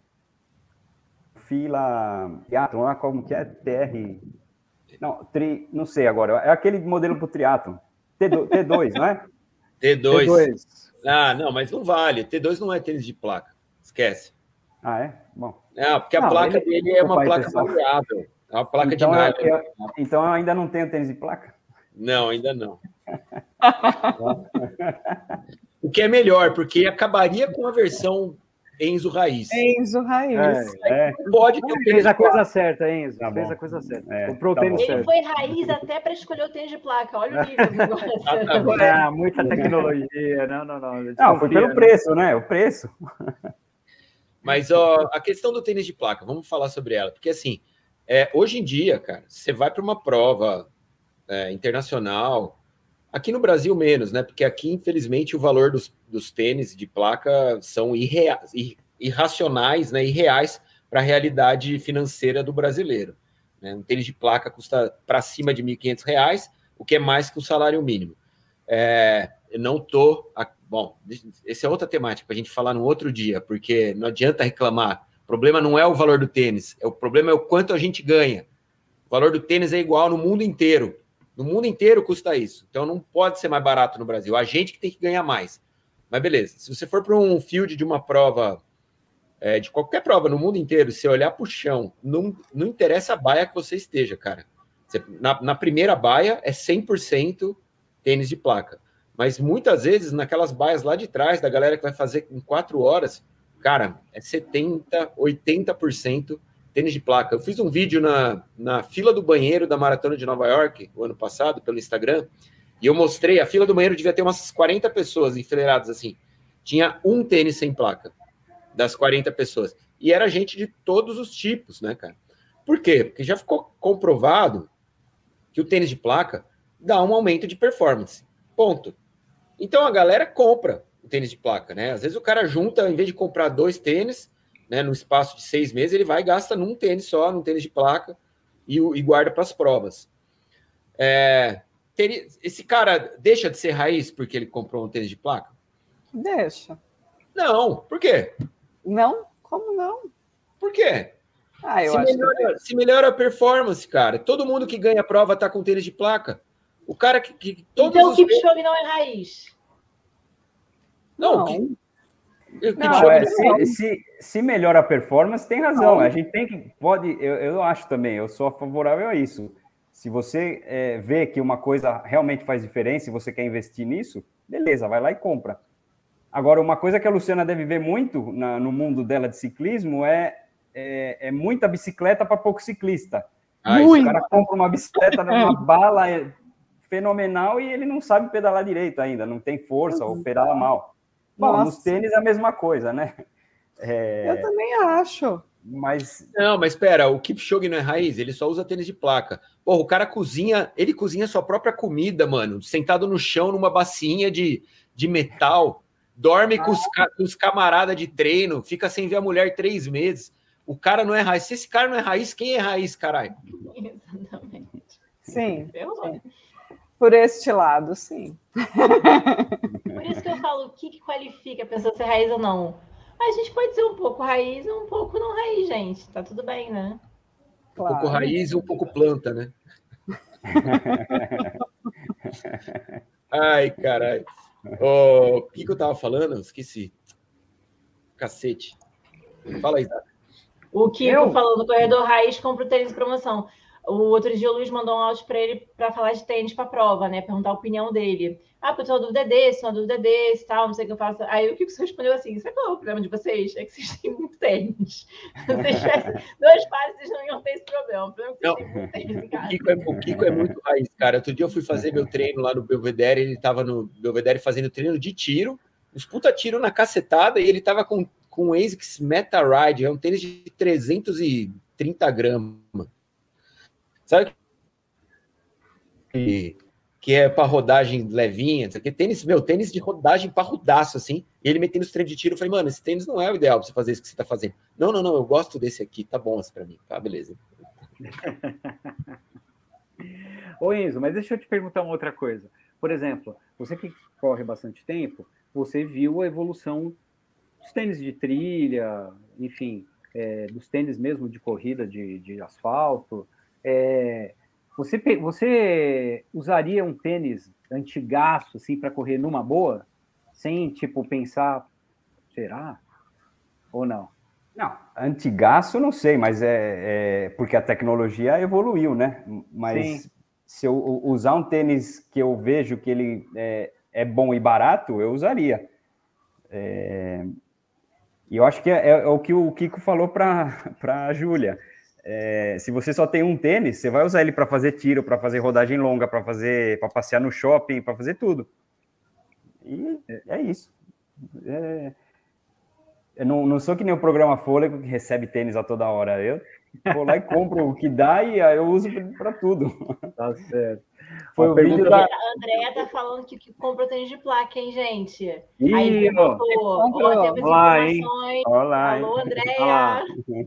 Fila Triathlon, como que é? TR... Não sei agora. É aquele modelo para o triatlon. T2, não é? T2. Não, mas não vale. T2 não é tênis de placa. Esquece. É? Bom. Porque a placa dele é uma placa variável. É uma placa de nylon. Então eu ainda não tenho tênis de placa? Não, ainda não. O que é melhor, porque acabaria com a versão Enzo Raiz. Enzo Raiz. Pode ter fez a coisa certa, Enzo. Fez a coisa certa. Comprou o tênis certo. Ele foi raiz até para escolher o tênis de placa. Olha o nível. Muita tecnologia. Não. Não, foi pelo preço, né? O preço. Mas a questão do tênis de placa, vamos falar sobre ela. Porque, assim, hoje em dia, cara, você vai para uma prova internacional, aqui no Brasil menos, né? Porque aqui, infelizmente, o valor dos tênis de placa são irracionais, né? Irreais para a realidade financeira do brasileiro. Né? Um tênis de placa custa para cima de R$ 1.500, o que é mais que o salário mínimo. Eu não tô... Bom, essa é outra temática para a gente falar no outro dia, porque não adianta reclamar. O problema não é o valor do tênis, o problema é o quanto a gente ganha. O valor do tênis é igual no mundo inteiro. No mundo inteiro custa isso. Então não pode ser mais barato no Brasil. A gente que tem que ganhar mais. Mas beleza, se você for para um field de uma prova, de qualquer prova no mundo inteiro, se olhar para o chão, não interessa a baia que você esteja, cara. Na primeira baia é 100% tênis de placa. Mas muitas vezes, naquelas baias lá de trás, da galera que vai fazer em 4 horas, cara, é 70%, 80% tênis de placa. Eu fiz um vídeo na fila do banheiro da Maratona de Nova York, o ano passado, pelo Instagram, e eu mostrei, a fila do banheiro devia ter umas 40 pessoas enfileiradas assim. Tinha um tênis sem placa, das 40 pessoas. E era gente de todos os tipos, né, cara? Por quê? Porque já ficou comprovado que o tênis de placa dá um aumento de performance. Ponto. Então a galera compra o tênis de placa, né? Às vezes o cara junta, em vez de comprar 2 tênis, né, no espaço de 6 meses, ele vai e gasta num tênis só, num tênis de placa, e guarda para as provas. Esse cara deixa de ser raiz porque ele comprou um tênis de placa? Deixa. Não. Por quê? Não? Como não? Por quê? Se melhora a performance, cara. Todo mundo que ganha a prova tá com tênis de placa. O cara que então o Kipchoge não é raiz? Não. Não, se melhora a performance, tem razão. A gente tem que, eu acho também, eu sou favorável a isso. Se você vê que uma coisa realmente faz diferença e você quer investir nisso, beleza, vai lá e compra. Agora, uma coisa que a Luciana deve ver muito no mundo dela de ciclismo é muita bicicleta para pouco ciclista. O cara compra uma bicicleta numa bala fenomenal e ele não sabe pedalar direito ainda, não tem força ou pedala mal. Bom, nos tênis é a mesma coisa, né? Eu também acho. Não, mas espera, o Kipchoge não é raiz, ele só usa tênis de placa. Porra, o cara cozinha, ele cozinha sua própria comida, mano, sentado no chão numa bacinha de metal, dorme com os camaradas de treino, fica sem ver a mulher 3 meses. O cara não é raiz. Se esse cara não é raiz, quem é raiz, caralho? Exatamente. Sim. Por este lado, sim. Por isso que eu falo, o que qualifica a pessoa ser raiz ou não? A gente pode ser um pouco raiz e um pouco não raiz, gente. Tá tudo bem, né? Claro. Um pouco raiz e um pouco planta, né? Ai, caralho. O que eu tava falando? Esqueci. Cacete. Fala aí, Zara. O Kiko falou do corredor raiz, compra o tênis de promoção. O outro dia o Luiz mandou um áudio para ele para falar de tênis para prova, né? Perguntar a opinião dele. Porque eu tenho uma dúvida desse, uma dúvida desse, tal, não sei o que eu faço. Aí o Kiko respondeu assim: sabe qual é o problema de vocês? É que vocês têm muito tênis. Se vocês tivessem 2 pares, vocês não iam ter esse problema. O problema é que vocês têm muito tênis em casa. O Kiko é muito raiz, cara. Outro dia eu fui fazer meu treino lá no Belvedere, ele tava no Belvedere fazendo treino de tiro, uns puta tiro na cacetada, e ele tava com o ASICS Meta Ride, é um tênis de 330 gramas. Sabe que é para rodagem levinha, que tênis de rodagem parrudaço, assim, e ele metendo os treinos de tiro, eu falei, mano, esse tênis não é o ideal para você fazer isso que você tá fazendo. Não, eu gosto desse aqui, tá bom assim para mim. Tá, beleza. Ô Enzo, mas deixa eu te perguntar uma outra coisa. Por exemplo, você que corre bastante tempo, você viu a evolução dos tênis de trilha, enfim, dos tênis mesmo de corrida de asfalto. Você usaria um tênis antigaço assim para correr numa boa, sem tipo pensar, será ou não? Não, antigaço não sei, mas porque a tecnologia evoluiu, né? Mas sim, se eu usar um tênis que eu vejo que ele é bom e barato, eu usaria. E eu acho que é o que o Kiko falou para a Júlia. Se você só tem um tênis, você vai usar ele para fazer tiro, para fazer rodagem longa, para passear no shopping, para fazer tudo. E é isso. Eu não sou que nem o programa Fôlego, que recebe tênis a toda hora. Eu vou lá e compro o que dá e eu uso para tudo. Tá certo. Foi o vídeo da... A Andréia tá falando que comprou tênis de placa, hein, gente? Aí temos informações. Olá, alô, Andréia.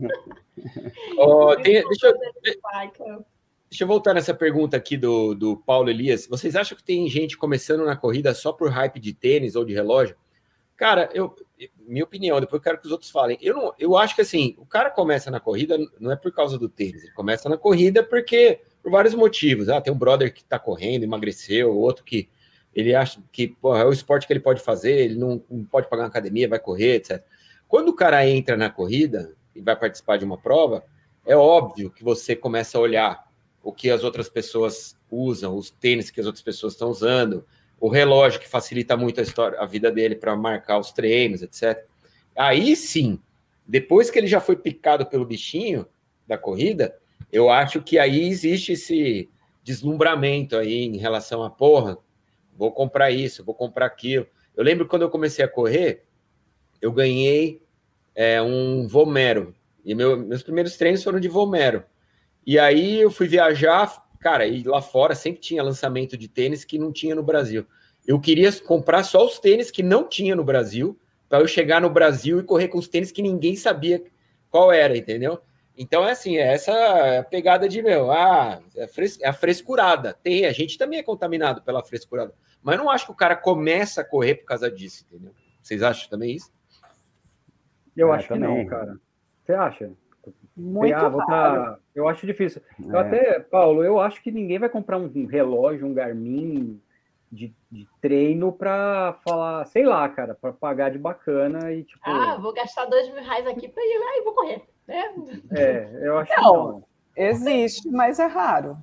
Deixa eu voltar nessa pergunta aqui do Paulo Elias. Vocês acham que tem gente começando na corrida só por hype de tênis ou de relógio? Cara, minha opinião, depois eu quero que os outros falem. Eu acho que assim, o cara começa na corrida não é por causa do tênis, ele começa na corrida por vários motivos. Tem um brother que tá correndo, emagreceu, outro que ele acha que é o esporte que ele pode fazer, ele não pode pagar uma academia, vai correr, etc. Quando o cara entra na corrida e vai participar de uma prova, é óbvio que você começa a olhar o que as outras pessoas usam, os tênis que as outras pessoas estão usando, o relógio que facilita muito a vida dele para marcar os treinos, etc. Aí sim, depois que ele já foi picado pelo bichinho da corrida, eu acho que aí existe esse deslumbramento aí em relação a, porra, vou comprar isso, vou comprar aquilo. Eu lembro quando eu comecei a correr, eu ganhei um Vomero, e meus primeiros treinos foram de Vomero. E aí eu fui viajar, cara, e lá fora sempre tinha lançamento de tênis que não tinha no Brasil. Eu queria comprar só os tênis que não tinha no Brasil, para eu chegar no Brasil e correr com os tênis que ninguém sabia qual era, entendeu? Então, assim, essa é a pegada de, é a frescurada. A gente também é contaminado pela frescurada. Mas não acho que o cara começa a correr por causa disso, entendeu? Vocês acham também isso? Eu acho que não, cara. Você acha? Muito raro. Eu acho difícil. Paulo, eu acho que ninguém vai comprar um relógio, um Garmin, de treino para falar, sei lá, cara, para pagar de bacana e tipo. Vou gastar R$2.000 aqui para ir lá e vou correr, né? Eu acho que não. Existe, mas é raro.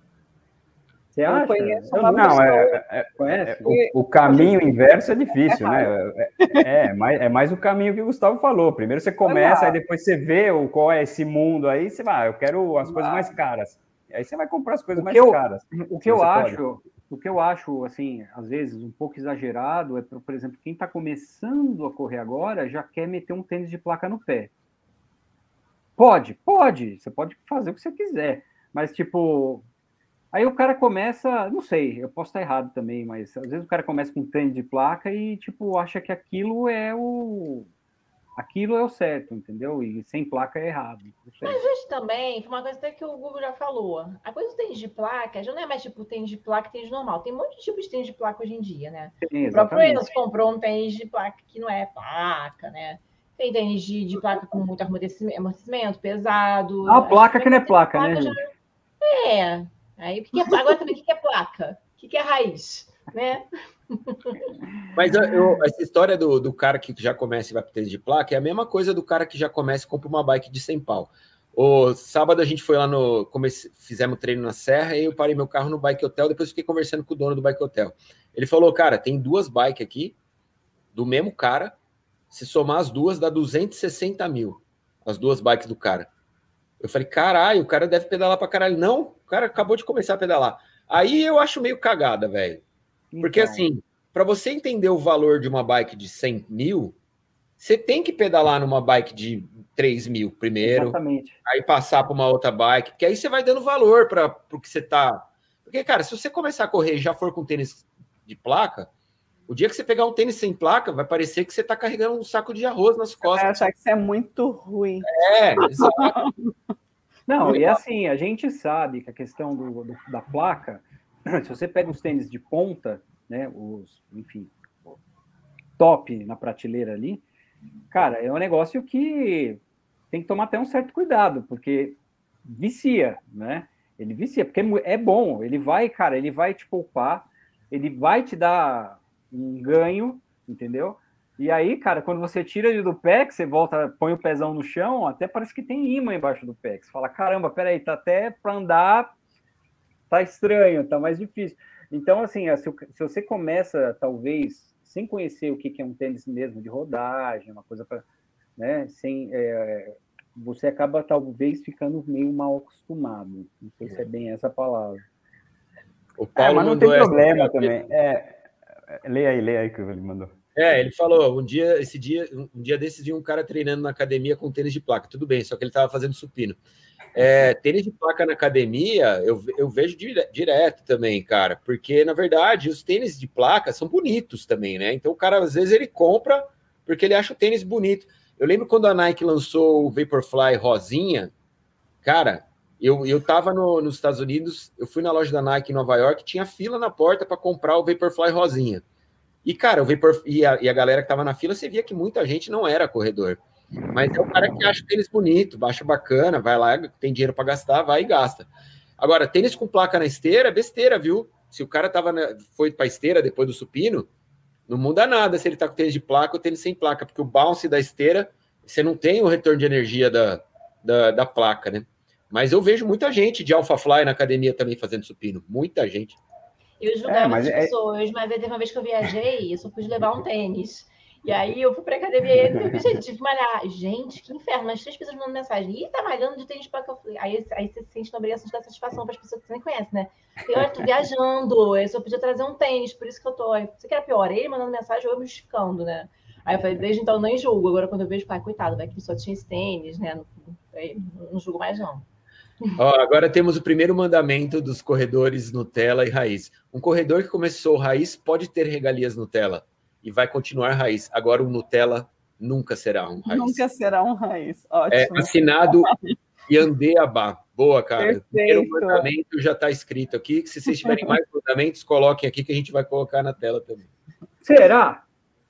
Você acha? Eu conheço Eu uma pessoa. O caminho inverso é difícil, né? É mais o caminho que o Gustavo falou. Primeiro você começa, aí depois você vê qual é esse mundo aí, você vai, eu quero as coisas mais caras. Aí você vai comprar as coisas mais caras. O que eu acho, assim, às vezes, um pouco exagerado é, por exemplo, quem está começando a correr agora já quer meter um tênis de placa no pé. Pode. Você pode fazer o que você quiser. Mas, tipo... Aí o cara começa, não sei, eu posso estar errado também, mas às vezes o cara começa com um tênis de placa e, tipo, acha que aquilo é o certo, entendeu? E sem placa é errado. Mas isso também, foi uma coisa até que o Google já falou. A coisa do tênis de placa já não é mais tipo tênis de placa e tênis normal. Tem um monte de tipos de tênis de placa hoje em dia, né? Sim, o próprio Enzo comprou um tênis de placa que não é placa, né? Tem tênis de placa com muito amortecimento, pesado. A placa que não é placa, né, gente? Aí, agora também, o que é placa? O que é raiz? Né? Mas essa história do cara que já começa e vai para tênis de placa é a mesma coisa do cara que já começa e compra uma bike de 100 pau. O sábado a gente foi lá fizemos treino na Serra e eu parei meu carro no Bike Hotel, depois fiquei conversando com o dono do Bike Hotel. Ele falou, cara, tem 2 bikes aqui, do mesmo cara, se somar as duas dá 260 mil, as 2 bikes do cara. Eu falei, caralho, o cara deve pedalar pra caralho. Não, o cara acabou de começar a pedalar. Aí eu acho meio cagada, velho. Porque assim, para você entender o valor de uma bike de 100 mil, você tem que pedalar numa bike de 3 mil primeiro. Exatamente. Aí passar para uma outra bike, porque aí você vai dando valor para o que você tá. Porque, cara, se você começar a correr e já for com tênis de placa, o dia que você pegar um tênis sem placa, vai parecer que você tá carregando um saco de arroz nas costas. Vai achar que isso é muito ruim. Exato. Não, e assim, a gente sabe que a questão da placa, se você pega os tênis de ponta, né, enfim, top na prateleira ali, cara, é um negócio que tem que tomar até um certo cuidado, porque vicia, né? Ele vicia, porque é bom, ele vai te poupar, ele vai te dar um ganho, entendeu? E aí, cara, quando você tira ele do pé, que você volta, põe o pezão no chão, até parece que tem imã embaixo do pé. Que você fala, caramba, peraí, tá até para andar, tá estranho, tá mais difícil. Então, assim, se você começa, talvez, sem conhecer o que é um tênis mesmo de rodagem, uma coisa para, né, você acaba, talvez, ficando meio mal acostumado. Não sei se é bem essa palavra. O Paulo mas não tem problema também. Leia aí que ele mandou. Ele falou, um dia desses vi um cara treinando na academia com tênis de placa. Tudo bem, só que ele estava fazendo supino. Tênis de placa na academia, eu vejo direto também, cara, porque, na verdade, os tênis de placa são bonitos também, né? Então, o cara, às vezes, ele compra porque ele acha o tênis bonito. Eu lembro quando a Nike lançou o Vaporfly rosinha, cara, eu tava nos Estados Unidos, eu fui na loja da Nike em Nova York, tinha fila na porta para comprar o Vaporfly rosinha. E, cara, e a galera que tava na fila, você via que muita gente não era corredor. Mas é o cara que acha tênis bonito, acha bacana, vai lá, tem dinheiro para gastar, vai e gasta. Agora, tênis com placa na esteira é besteira, viu? Se o cara foi para esteira depois do supino, não muda nada se ele tá com tênis de placa ou tênis sem placa, porque o bounce da esteira, você não tem o retorno de energia da placa, né? Mas eu vejo muita gente de AlphaFly na academia também fazendo supino, muita gente. Eu julgava as pessoas, mas teve uma vez que eu viajei, eu só pude levar um tênis. E aí eu fui pra academia e tive que malhar. Gente, que inferno, mas 3 pessoas mandando mensagem. Ih, tá malhando de tênis pra que eu fui. Aí você se sente na obrigação de dar satisfação para as pessoas que você nem conhece, né? E olha, tô viajando, eu só podia trazer um tênis, por isso que eu tô. Você que era pior, ele mandando mensagem, eu me justificando, né? Aí eu falei, desde então eu nem julgo. Agora quando eu vejo, coitado, vai que ele só tinha esse tênis, né? Não julgo mais, não. Agora temos o primeiro mandamento dos corredores Nutella e Raiz. Um corredor que começou Raiz pode ter regalias Nutella e vai continuar Raiz. Agora o Nutella nunca será um Raiz. Nunca será um Raiz. Ótimo. Assinado Yandeabá. Boa, cara. O primeiro mandamento já está escrito aqui. Se vocês tiverem mais mandamentos, coloquem aqui que a gente vai colocar na tela também. Será?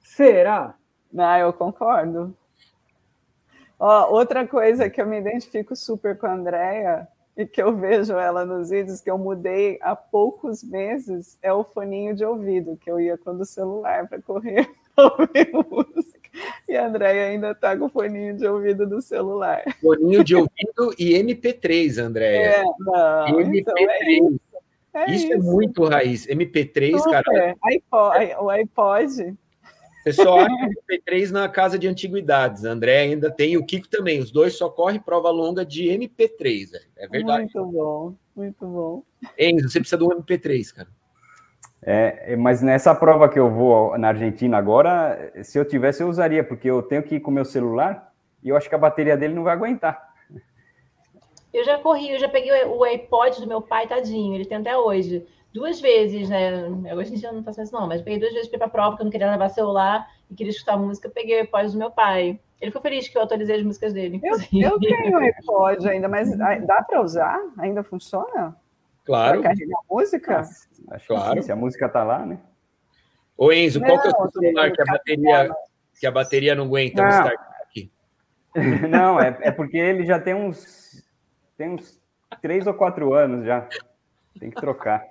Eu concordo. Outra coisa que eu me identifico super com a Andrea e que eu vejo ela nos vídeos, que eu mudei há poucos meses, é o foninho de ouvido, que eu ia com o celular para correr, ouvir música. E a Andréia ainda está com o foninho de ouvido do celular. Foninho de ouvido e MP3, Andréia. MP3. Então Isso é muito raiz. MP3, super. cara. O iPod. Você só acha MP3 na casa de antiguidades. André ainda tem, o Kiko também. Os dois só correm prova longa de MP3. É verdade. Muito bom, muito bom. Enzo, você precisa de um MP3, cara. Mas nessa prova que eu vou na Argentina agora, se eu tivesse, eu usaria, porque eu tenho que ir com o meu celular e eu acho que a bateria dele não vai aguentar. Eu já corri, eu já peguei o iPod do meu pai, tadinho, ele tem até hoje. 2 vezes, né? Hoje em dia eu não faço isso, não, mas peguei 2 vezes para ir para a prova, porque eu não queria levar celular e queria escutar música. Eu peguei o iPod do meu pai. Ele ficou feliz que eu atualizei as músicas dele. Eu tenho iPod ainda, mas dá para usar? Ainda funciona? Claro. Para carregar música? Acho claro. Que sim, se a música tá lá, né? Ô, Enzo, qual que é o seu celular que a bateria não aguenta? Vamos start aqui. Não, é porque ele já tem uns 3 ou 4 anos já. Tem que trocar.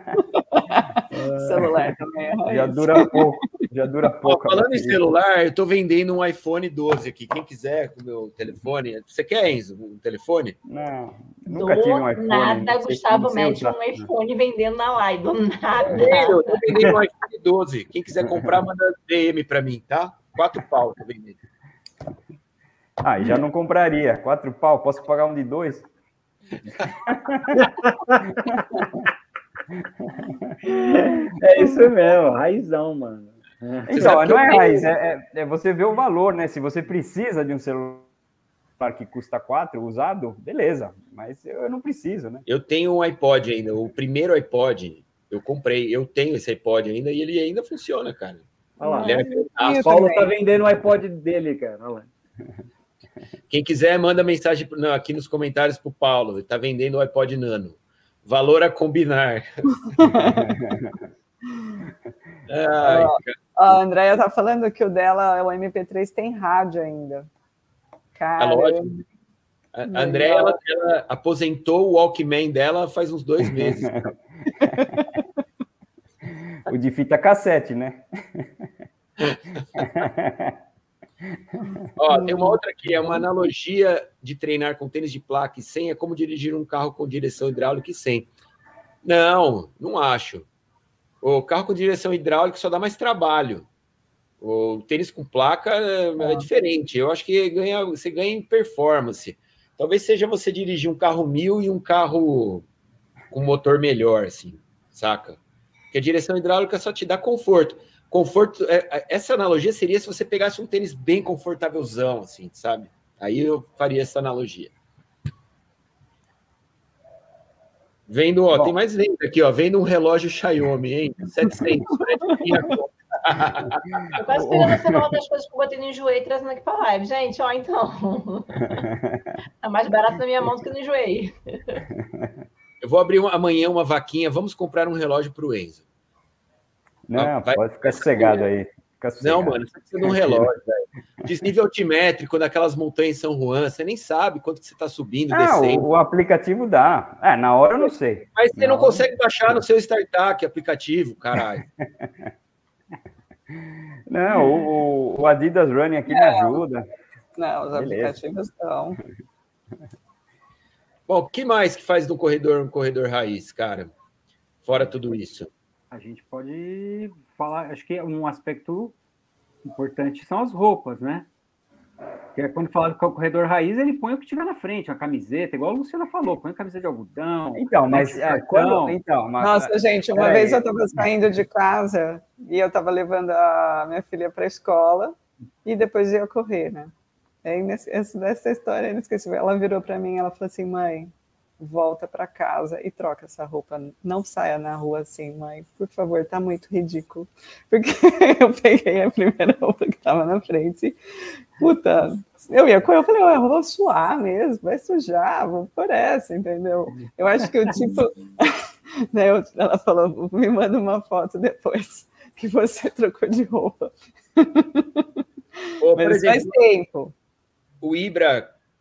Celular também. Já dura pouco. Falando em celular, eu estou vendendo um iPhone 12 aqui. Quem quiser com o meu telefone. Você quer, Enzo, um telefone? Não, nunca tive um iPhone. Nada, Gustavo mete um iPhone vendendo na live. Do nada. Eu estou vendendo um iPhone 12. Quem quiser comprar, manda DM para mim, tá? 4 pau tô vendendo. E já não compraria. 4 pau, posso pagar um de 2? É isso mesmo, raizão, mano. Então, não é raiz, é você ver o valor, né? Se você precisa de um celular que custa 4 usado, beleza, mas eu não preciso, né? Eu tenho um iPod ainda, o primeiro iPod eu comprei, eu tenho esse iPod ainda e ele ainda funciona, cara. Olha lá, o Paulo tá vendendo o iPod dele, cara. Olha lá. Quem quiser, manda mensagem aqui nos comentários pro Paulo. Ele tá vendendo o iPod Nano. Valor a combinar. A Andréia tá falando que o dela, o MP3, tem rádio ainda. Cara, lógico. A Andréia, ela aposentou o Walkman dela faz uns 2 meses. O de fita cassete, né? Tem uma outra aqui, é uma analogia de treinar com tênis de placa e sem, é como dirigir um carro com direção hidráulica e sem. Não acho. O carro com direção hidráulica só dá mais trabalho. O tênis com placa é diferente. Eu acho que você ganha em performance. Talvez seja você dirigir um carro 1000 e um carro com motor melhor, assim, saca? Porque a direção hidráulica só te dá conforto. Essa analogia seria se você pegasse um tênis bem confortávelzão, assim, sabe? Aí eu faria essa analogia. Vendo, tem mais venda aqui, vendo um relógio Xiaomi, hein? 700. Eu quase pegando essa nota das coisas que eu botei no Enjoei, trazendo aqui pra live. Gente, então. É mais barato na minha mão do que no Enjoei. Eu vou abrir amanhã uma vaquinha. Vamos comprar um relógio pro Enzo. Não, pode ficar sossegado aí. Não, mano, você precisa de um relógio, velho. Desnível altimétrico naquelas montanhas em São Juan, você nem sabe quanto que você está subindo, descendo. O aplicativo dá. Na hora eu não sei. Mas você não consegue baixar no seu startup aplicativo, caralho. Não, o Adidas Running aqui me ajuda. Não, os aplicativos não. Bom, o que mais que faz do corredor um corredor raiz, cara? Fora tudo isso. A gente pode falar, acho que um aspecto importante são as roupas, né? Porque quando fala do corredor raiz, ele põe o que tiver na frente, uma camiseta, igual a Luciana falou, põe a camiseta de algodão. Então, mas Nossa, gente, uma vez eu estava saindo de casa e eu estava levando a minha filha para a escola e depois ia correr, né? Aí nessa história, ela virou para mim, ela falou assim, mãe, volta para casa e troca essa roupa. Não saia na rua assim, mãe. Por favor, tá muito ridículo. Porque eu peguei a primeira roupa que tava na frente. Puta, eu ia correr, eu falei, eu vou suar mesmo, vai sujar, vou por essa, entendeu? Eu acho que o tipo... Né, ela falou, me manda uma foto depois que você trocou de roupa. Mas faz tempo. O Ibra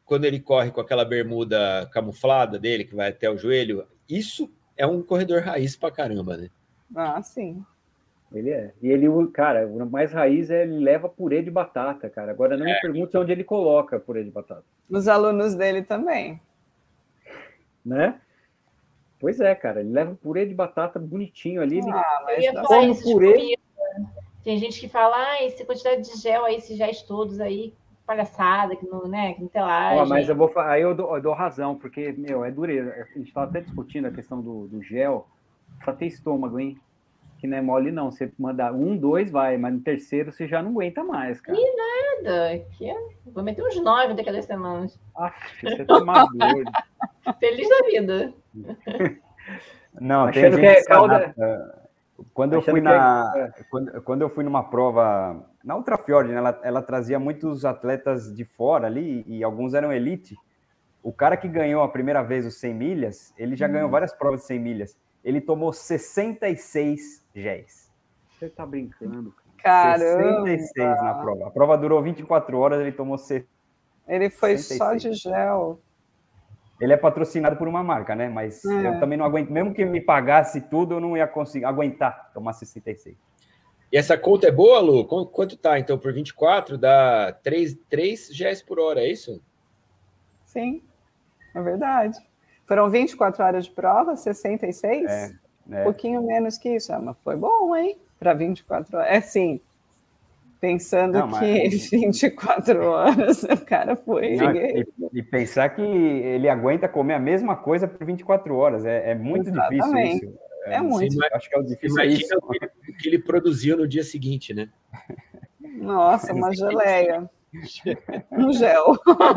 quando ele corre com aquela bermuda camuflada dele, que vai até o joelho, isso é um corredor raiz pra caramba, né? Ah, sim. Ele é. E ele, cara, o mais raiz é ele leva purê de batata, cara. Agora não me pergunte onde ele coloca purê de batata. Os alunos dele também. Né? Pois é, cara. Ele leva purê de batata bonitinho ali. Eu ia Ele falar come isso, purê. Tem gente que fala, essa quantidade de gel aí, esses géis todos aí, palhaçada, que não, né, que não tem lá. Mas aí eu dou razão, porque, meu, é dureza. A gente estava até discutindo a questão do gel. Só tem estômago, hein? Que não é mole, não. Você manda 1, 2, vai, mas no terceiro você já não aguenta mais, cara. Que nada. Vou meter uns 9 daqui a 2 semanas. Você tá mais doido. Feliz da vida. Não, tem Achando gente que é que se calda. adapta. Quando eu fui numa prova na Ultrafjord, né, ela trazia muitos atletas de fora ali e alguns eram elite. O cara que ganhou a primeira vez os 100 milhas, ele já ganhou várias provas de 100 milhas. Ele tomou 66 géis. Você tá brincando, cara. 66 na prova. A prova durou 24 horas, ele tomou 66. Ele foi só de gel. Ele é patrocinado por uma marca, né? Mas eu também não aguento. Mesmo que me pagasse tudo, eu não ia conseguir aguentar tomar 66. E essa conta é boa, Lu? Quanto tá, então, por 24? Dá 3 géis por hora, é isso? Sim, é verdade. Foram 24 horas de prova, 66? Um pouquinho menos que isso. Mas foi bom, hein? Para 24 horas. É sim. Pensando que 24 horas o cara foi. E pensar que ele aguenta comer a mesma coisa por 24 horas. É muito difícil isso. É muito. Acho que é o difícil. Imagina o que ele produziu no dia seguinte, né? Nossa, uma geleia. Um gel.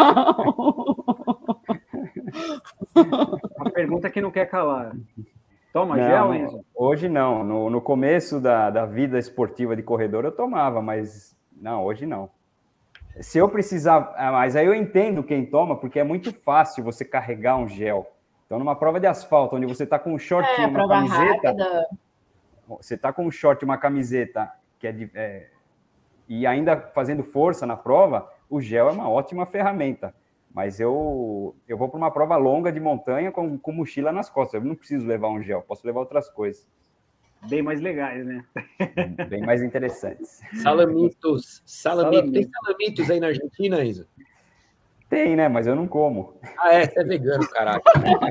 Uma pergunta que não quer calar. Toma gel, Enzo? Hoje não. No começo da vida esportiva de corredor eu tomava, mas não, hoje não. Se eu precisar... Mas aí eu entendo quem toma, porque é muito fácil você carregar um gel. Então, numa prova de asfalto, onde você está com um shortinho, uma camiseta... Rápida. Você está com um short e uma camiseta que e ainda fazendo força na prova, o gel é uma ótima ferramenta. Mas eu vou para uma prova longa de montanha com mochila nas costas. Eu não preciso levar um gel, posso levar outras coisas. Bem mais legais, né? Bem mais interessantes. Salamitos. Tem salamitos aí na Argentina, Enzo? Tem, né? Mas eu não como. Você é vegano, caralho.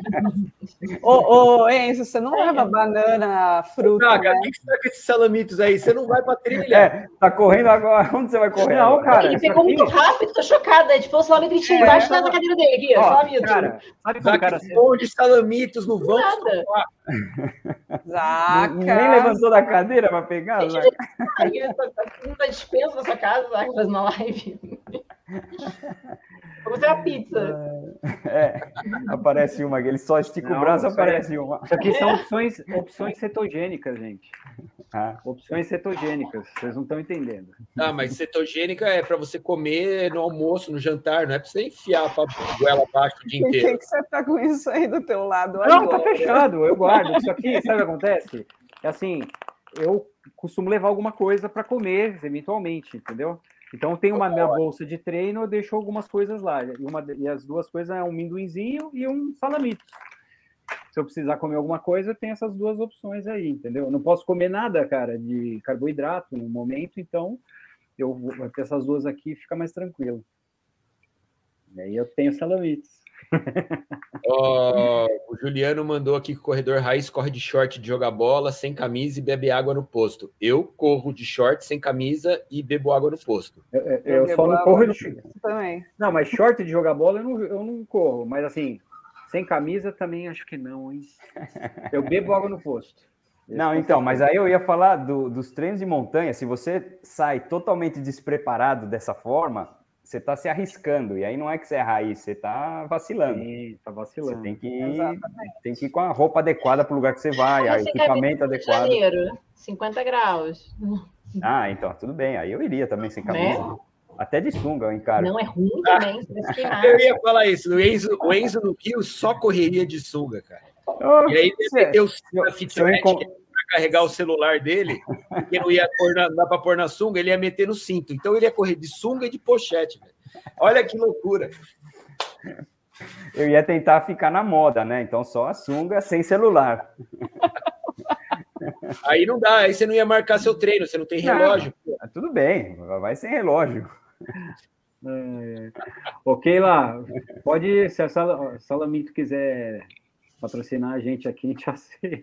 Ô, Enzo, você não leva banana, fruta, cara, o que você tá com esses salamitos aí? Você não vai pra trilha. Tá correndo agora. Onde você vai correr? Não, cara. Ele pegou muito rápido, tô chocada. Tipo, o salamito embaixo da cadeira dele aqui, salamito. Cara, sabe como cara... de salamitos no vão. Nem levantou da cadeira pra pegar? Não tá dispensa nessa casa, Zaca, fazendo uma live. Vou fazer uma pizza. Aparece uma, ele só estica o braço, aparece uma. Isso aqui são opções cetogênicas, gente. Opções cetogênicas, vocês não estão entendendo. Mas cetogênica é para você comer no almoço, no jantar, não é para você enfiar a goela abaixo o dia inteiro. Por que você tá com isso aí do teu lado agora? Não, tá fechado, eu guardo. Isso aqui, sabe o que acontece? É assim, eu costumo levar alguma coisa para comer, eventualmente, entendeu? Então, tem uma minha bolsa de treino, eu deixo algumas coisas lá. E as duas coisas é um minduinzinho e um salamito. Se eu precisar comer alguma coisa, eu tenho essas duas opções aí, entendeu? Eu não posso comer nada, cara, de carboidrato no momento, então eu vou ter essas duas aqui e fica mais tranquilo. E aí eu tenho salamitos. O Juliano mandou aqui que o corredor raiz corre de short de jogar bola, sem camisa e bebe água no posto. Eu corro de short, sem camisa e bebo água no posto. Eu só não corro de short. Também. Não, mas short de jogar bola eu não corro. Mas assim, sem camisa também acho que não, hein? Eu bebo água no posto. Não, então, mas aí eu ia falar dos treinos de montanha. Se você sai totalmente despreparado dessa forma, você está se arriscando, e aí não é que você é raiz, você está vacilando. Sim, está vacilando. Você tem que ir com a roupa adequada para o lugar que você vai, o equipamento adequado. Janeiro, 50 graus. Então, tudo bem, aí eu iria também sem camisa. Até de sunga, eu encaro. Não, é ruim também, eu ia falar isso, o Enzo no Rio só correria de sunga, cara. E aí eu para carregar o celular dele, porque não ia dá para pôr na sunga, ele ia meter no cinto. Então ele ia correr de sunga e de pochete, velho. Olha que loucura. Eu ia tentar ficar na moda, né? Então só a sunga sem celular. Aí não dá, aí você não ia marcar seu treino, você não tem relógio. Não, tudo bem, vai sem relógio. Ok, lá. Pode, se a Salamito quiser patrocinar a gente aqui, a gente aceita.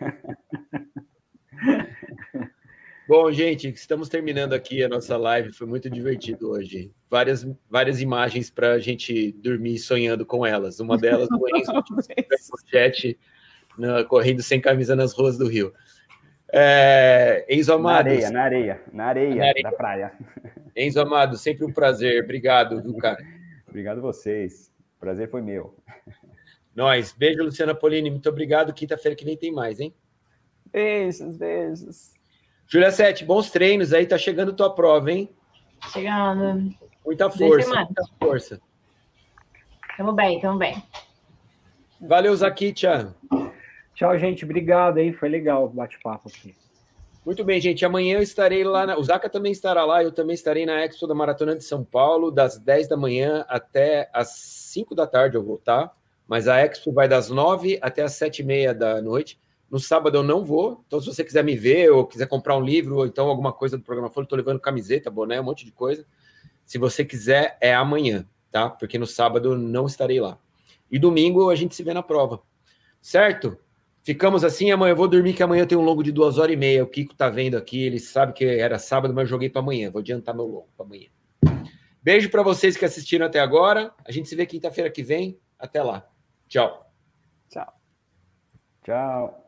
Bom, gente, estamos terminando aqui a nossa live. Foi muito divertido hoje. Várias imagens para a gente dormir sonhando com elas. Uma delas, o Enzo no chat, correndo sem camisa nas ruas do Rio. Enzo Amado. Na areia da praia. Enzo Amado, sempre um prazer. Obrigado, viu, cara? Obrigado a vocês. O prazer foi meu. Nós. Beijo, Luciana Polini. Muito obrigado. Quinta-feira que vem tem mais, hein? Beijos. Júlia Sete, bons treinos. Aí tá chegando tua prova, hein? Chegando. Muita força. Tamo bem. Valeu, Zakitia. Tchau, gente. Obrigado aí. Foi legal o bate-papo aqui. Muito bem, gente. Amanhã eu estarei lá. O Zaca também estará lá. Eu também estarei na Expo da Maratona de São Paulo, das 10 da manhã até as 5 da tarde eu vou estar. Mas a Expo vai das 9 até as 7h30 da noite. No sábado eu não vou. Então, se você quiser me ver ou quiser comprar um livro ou então alguma coisa do programa Folha, eu estou levando camiseta, boné, um monte de coisa. Se você quiser, é amanhã, tá? Porque no sábado eu não estarei lá. E domingo a gente se vê na prova. Certo? Ficamos assim, amanhã eu vou dormir, que amanhã eu tenho um longo de 2h30. O Kiko tá vendo aqui, ele sabe que era sábado, mas eu joguei para amanhã. Vou adiantar meu longo para amanhã. Beijo para vocês que assistiram até agora. A gente se vê quinta-feira que vem. Até lá. Tchau. Tchau.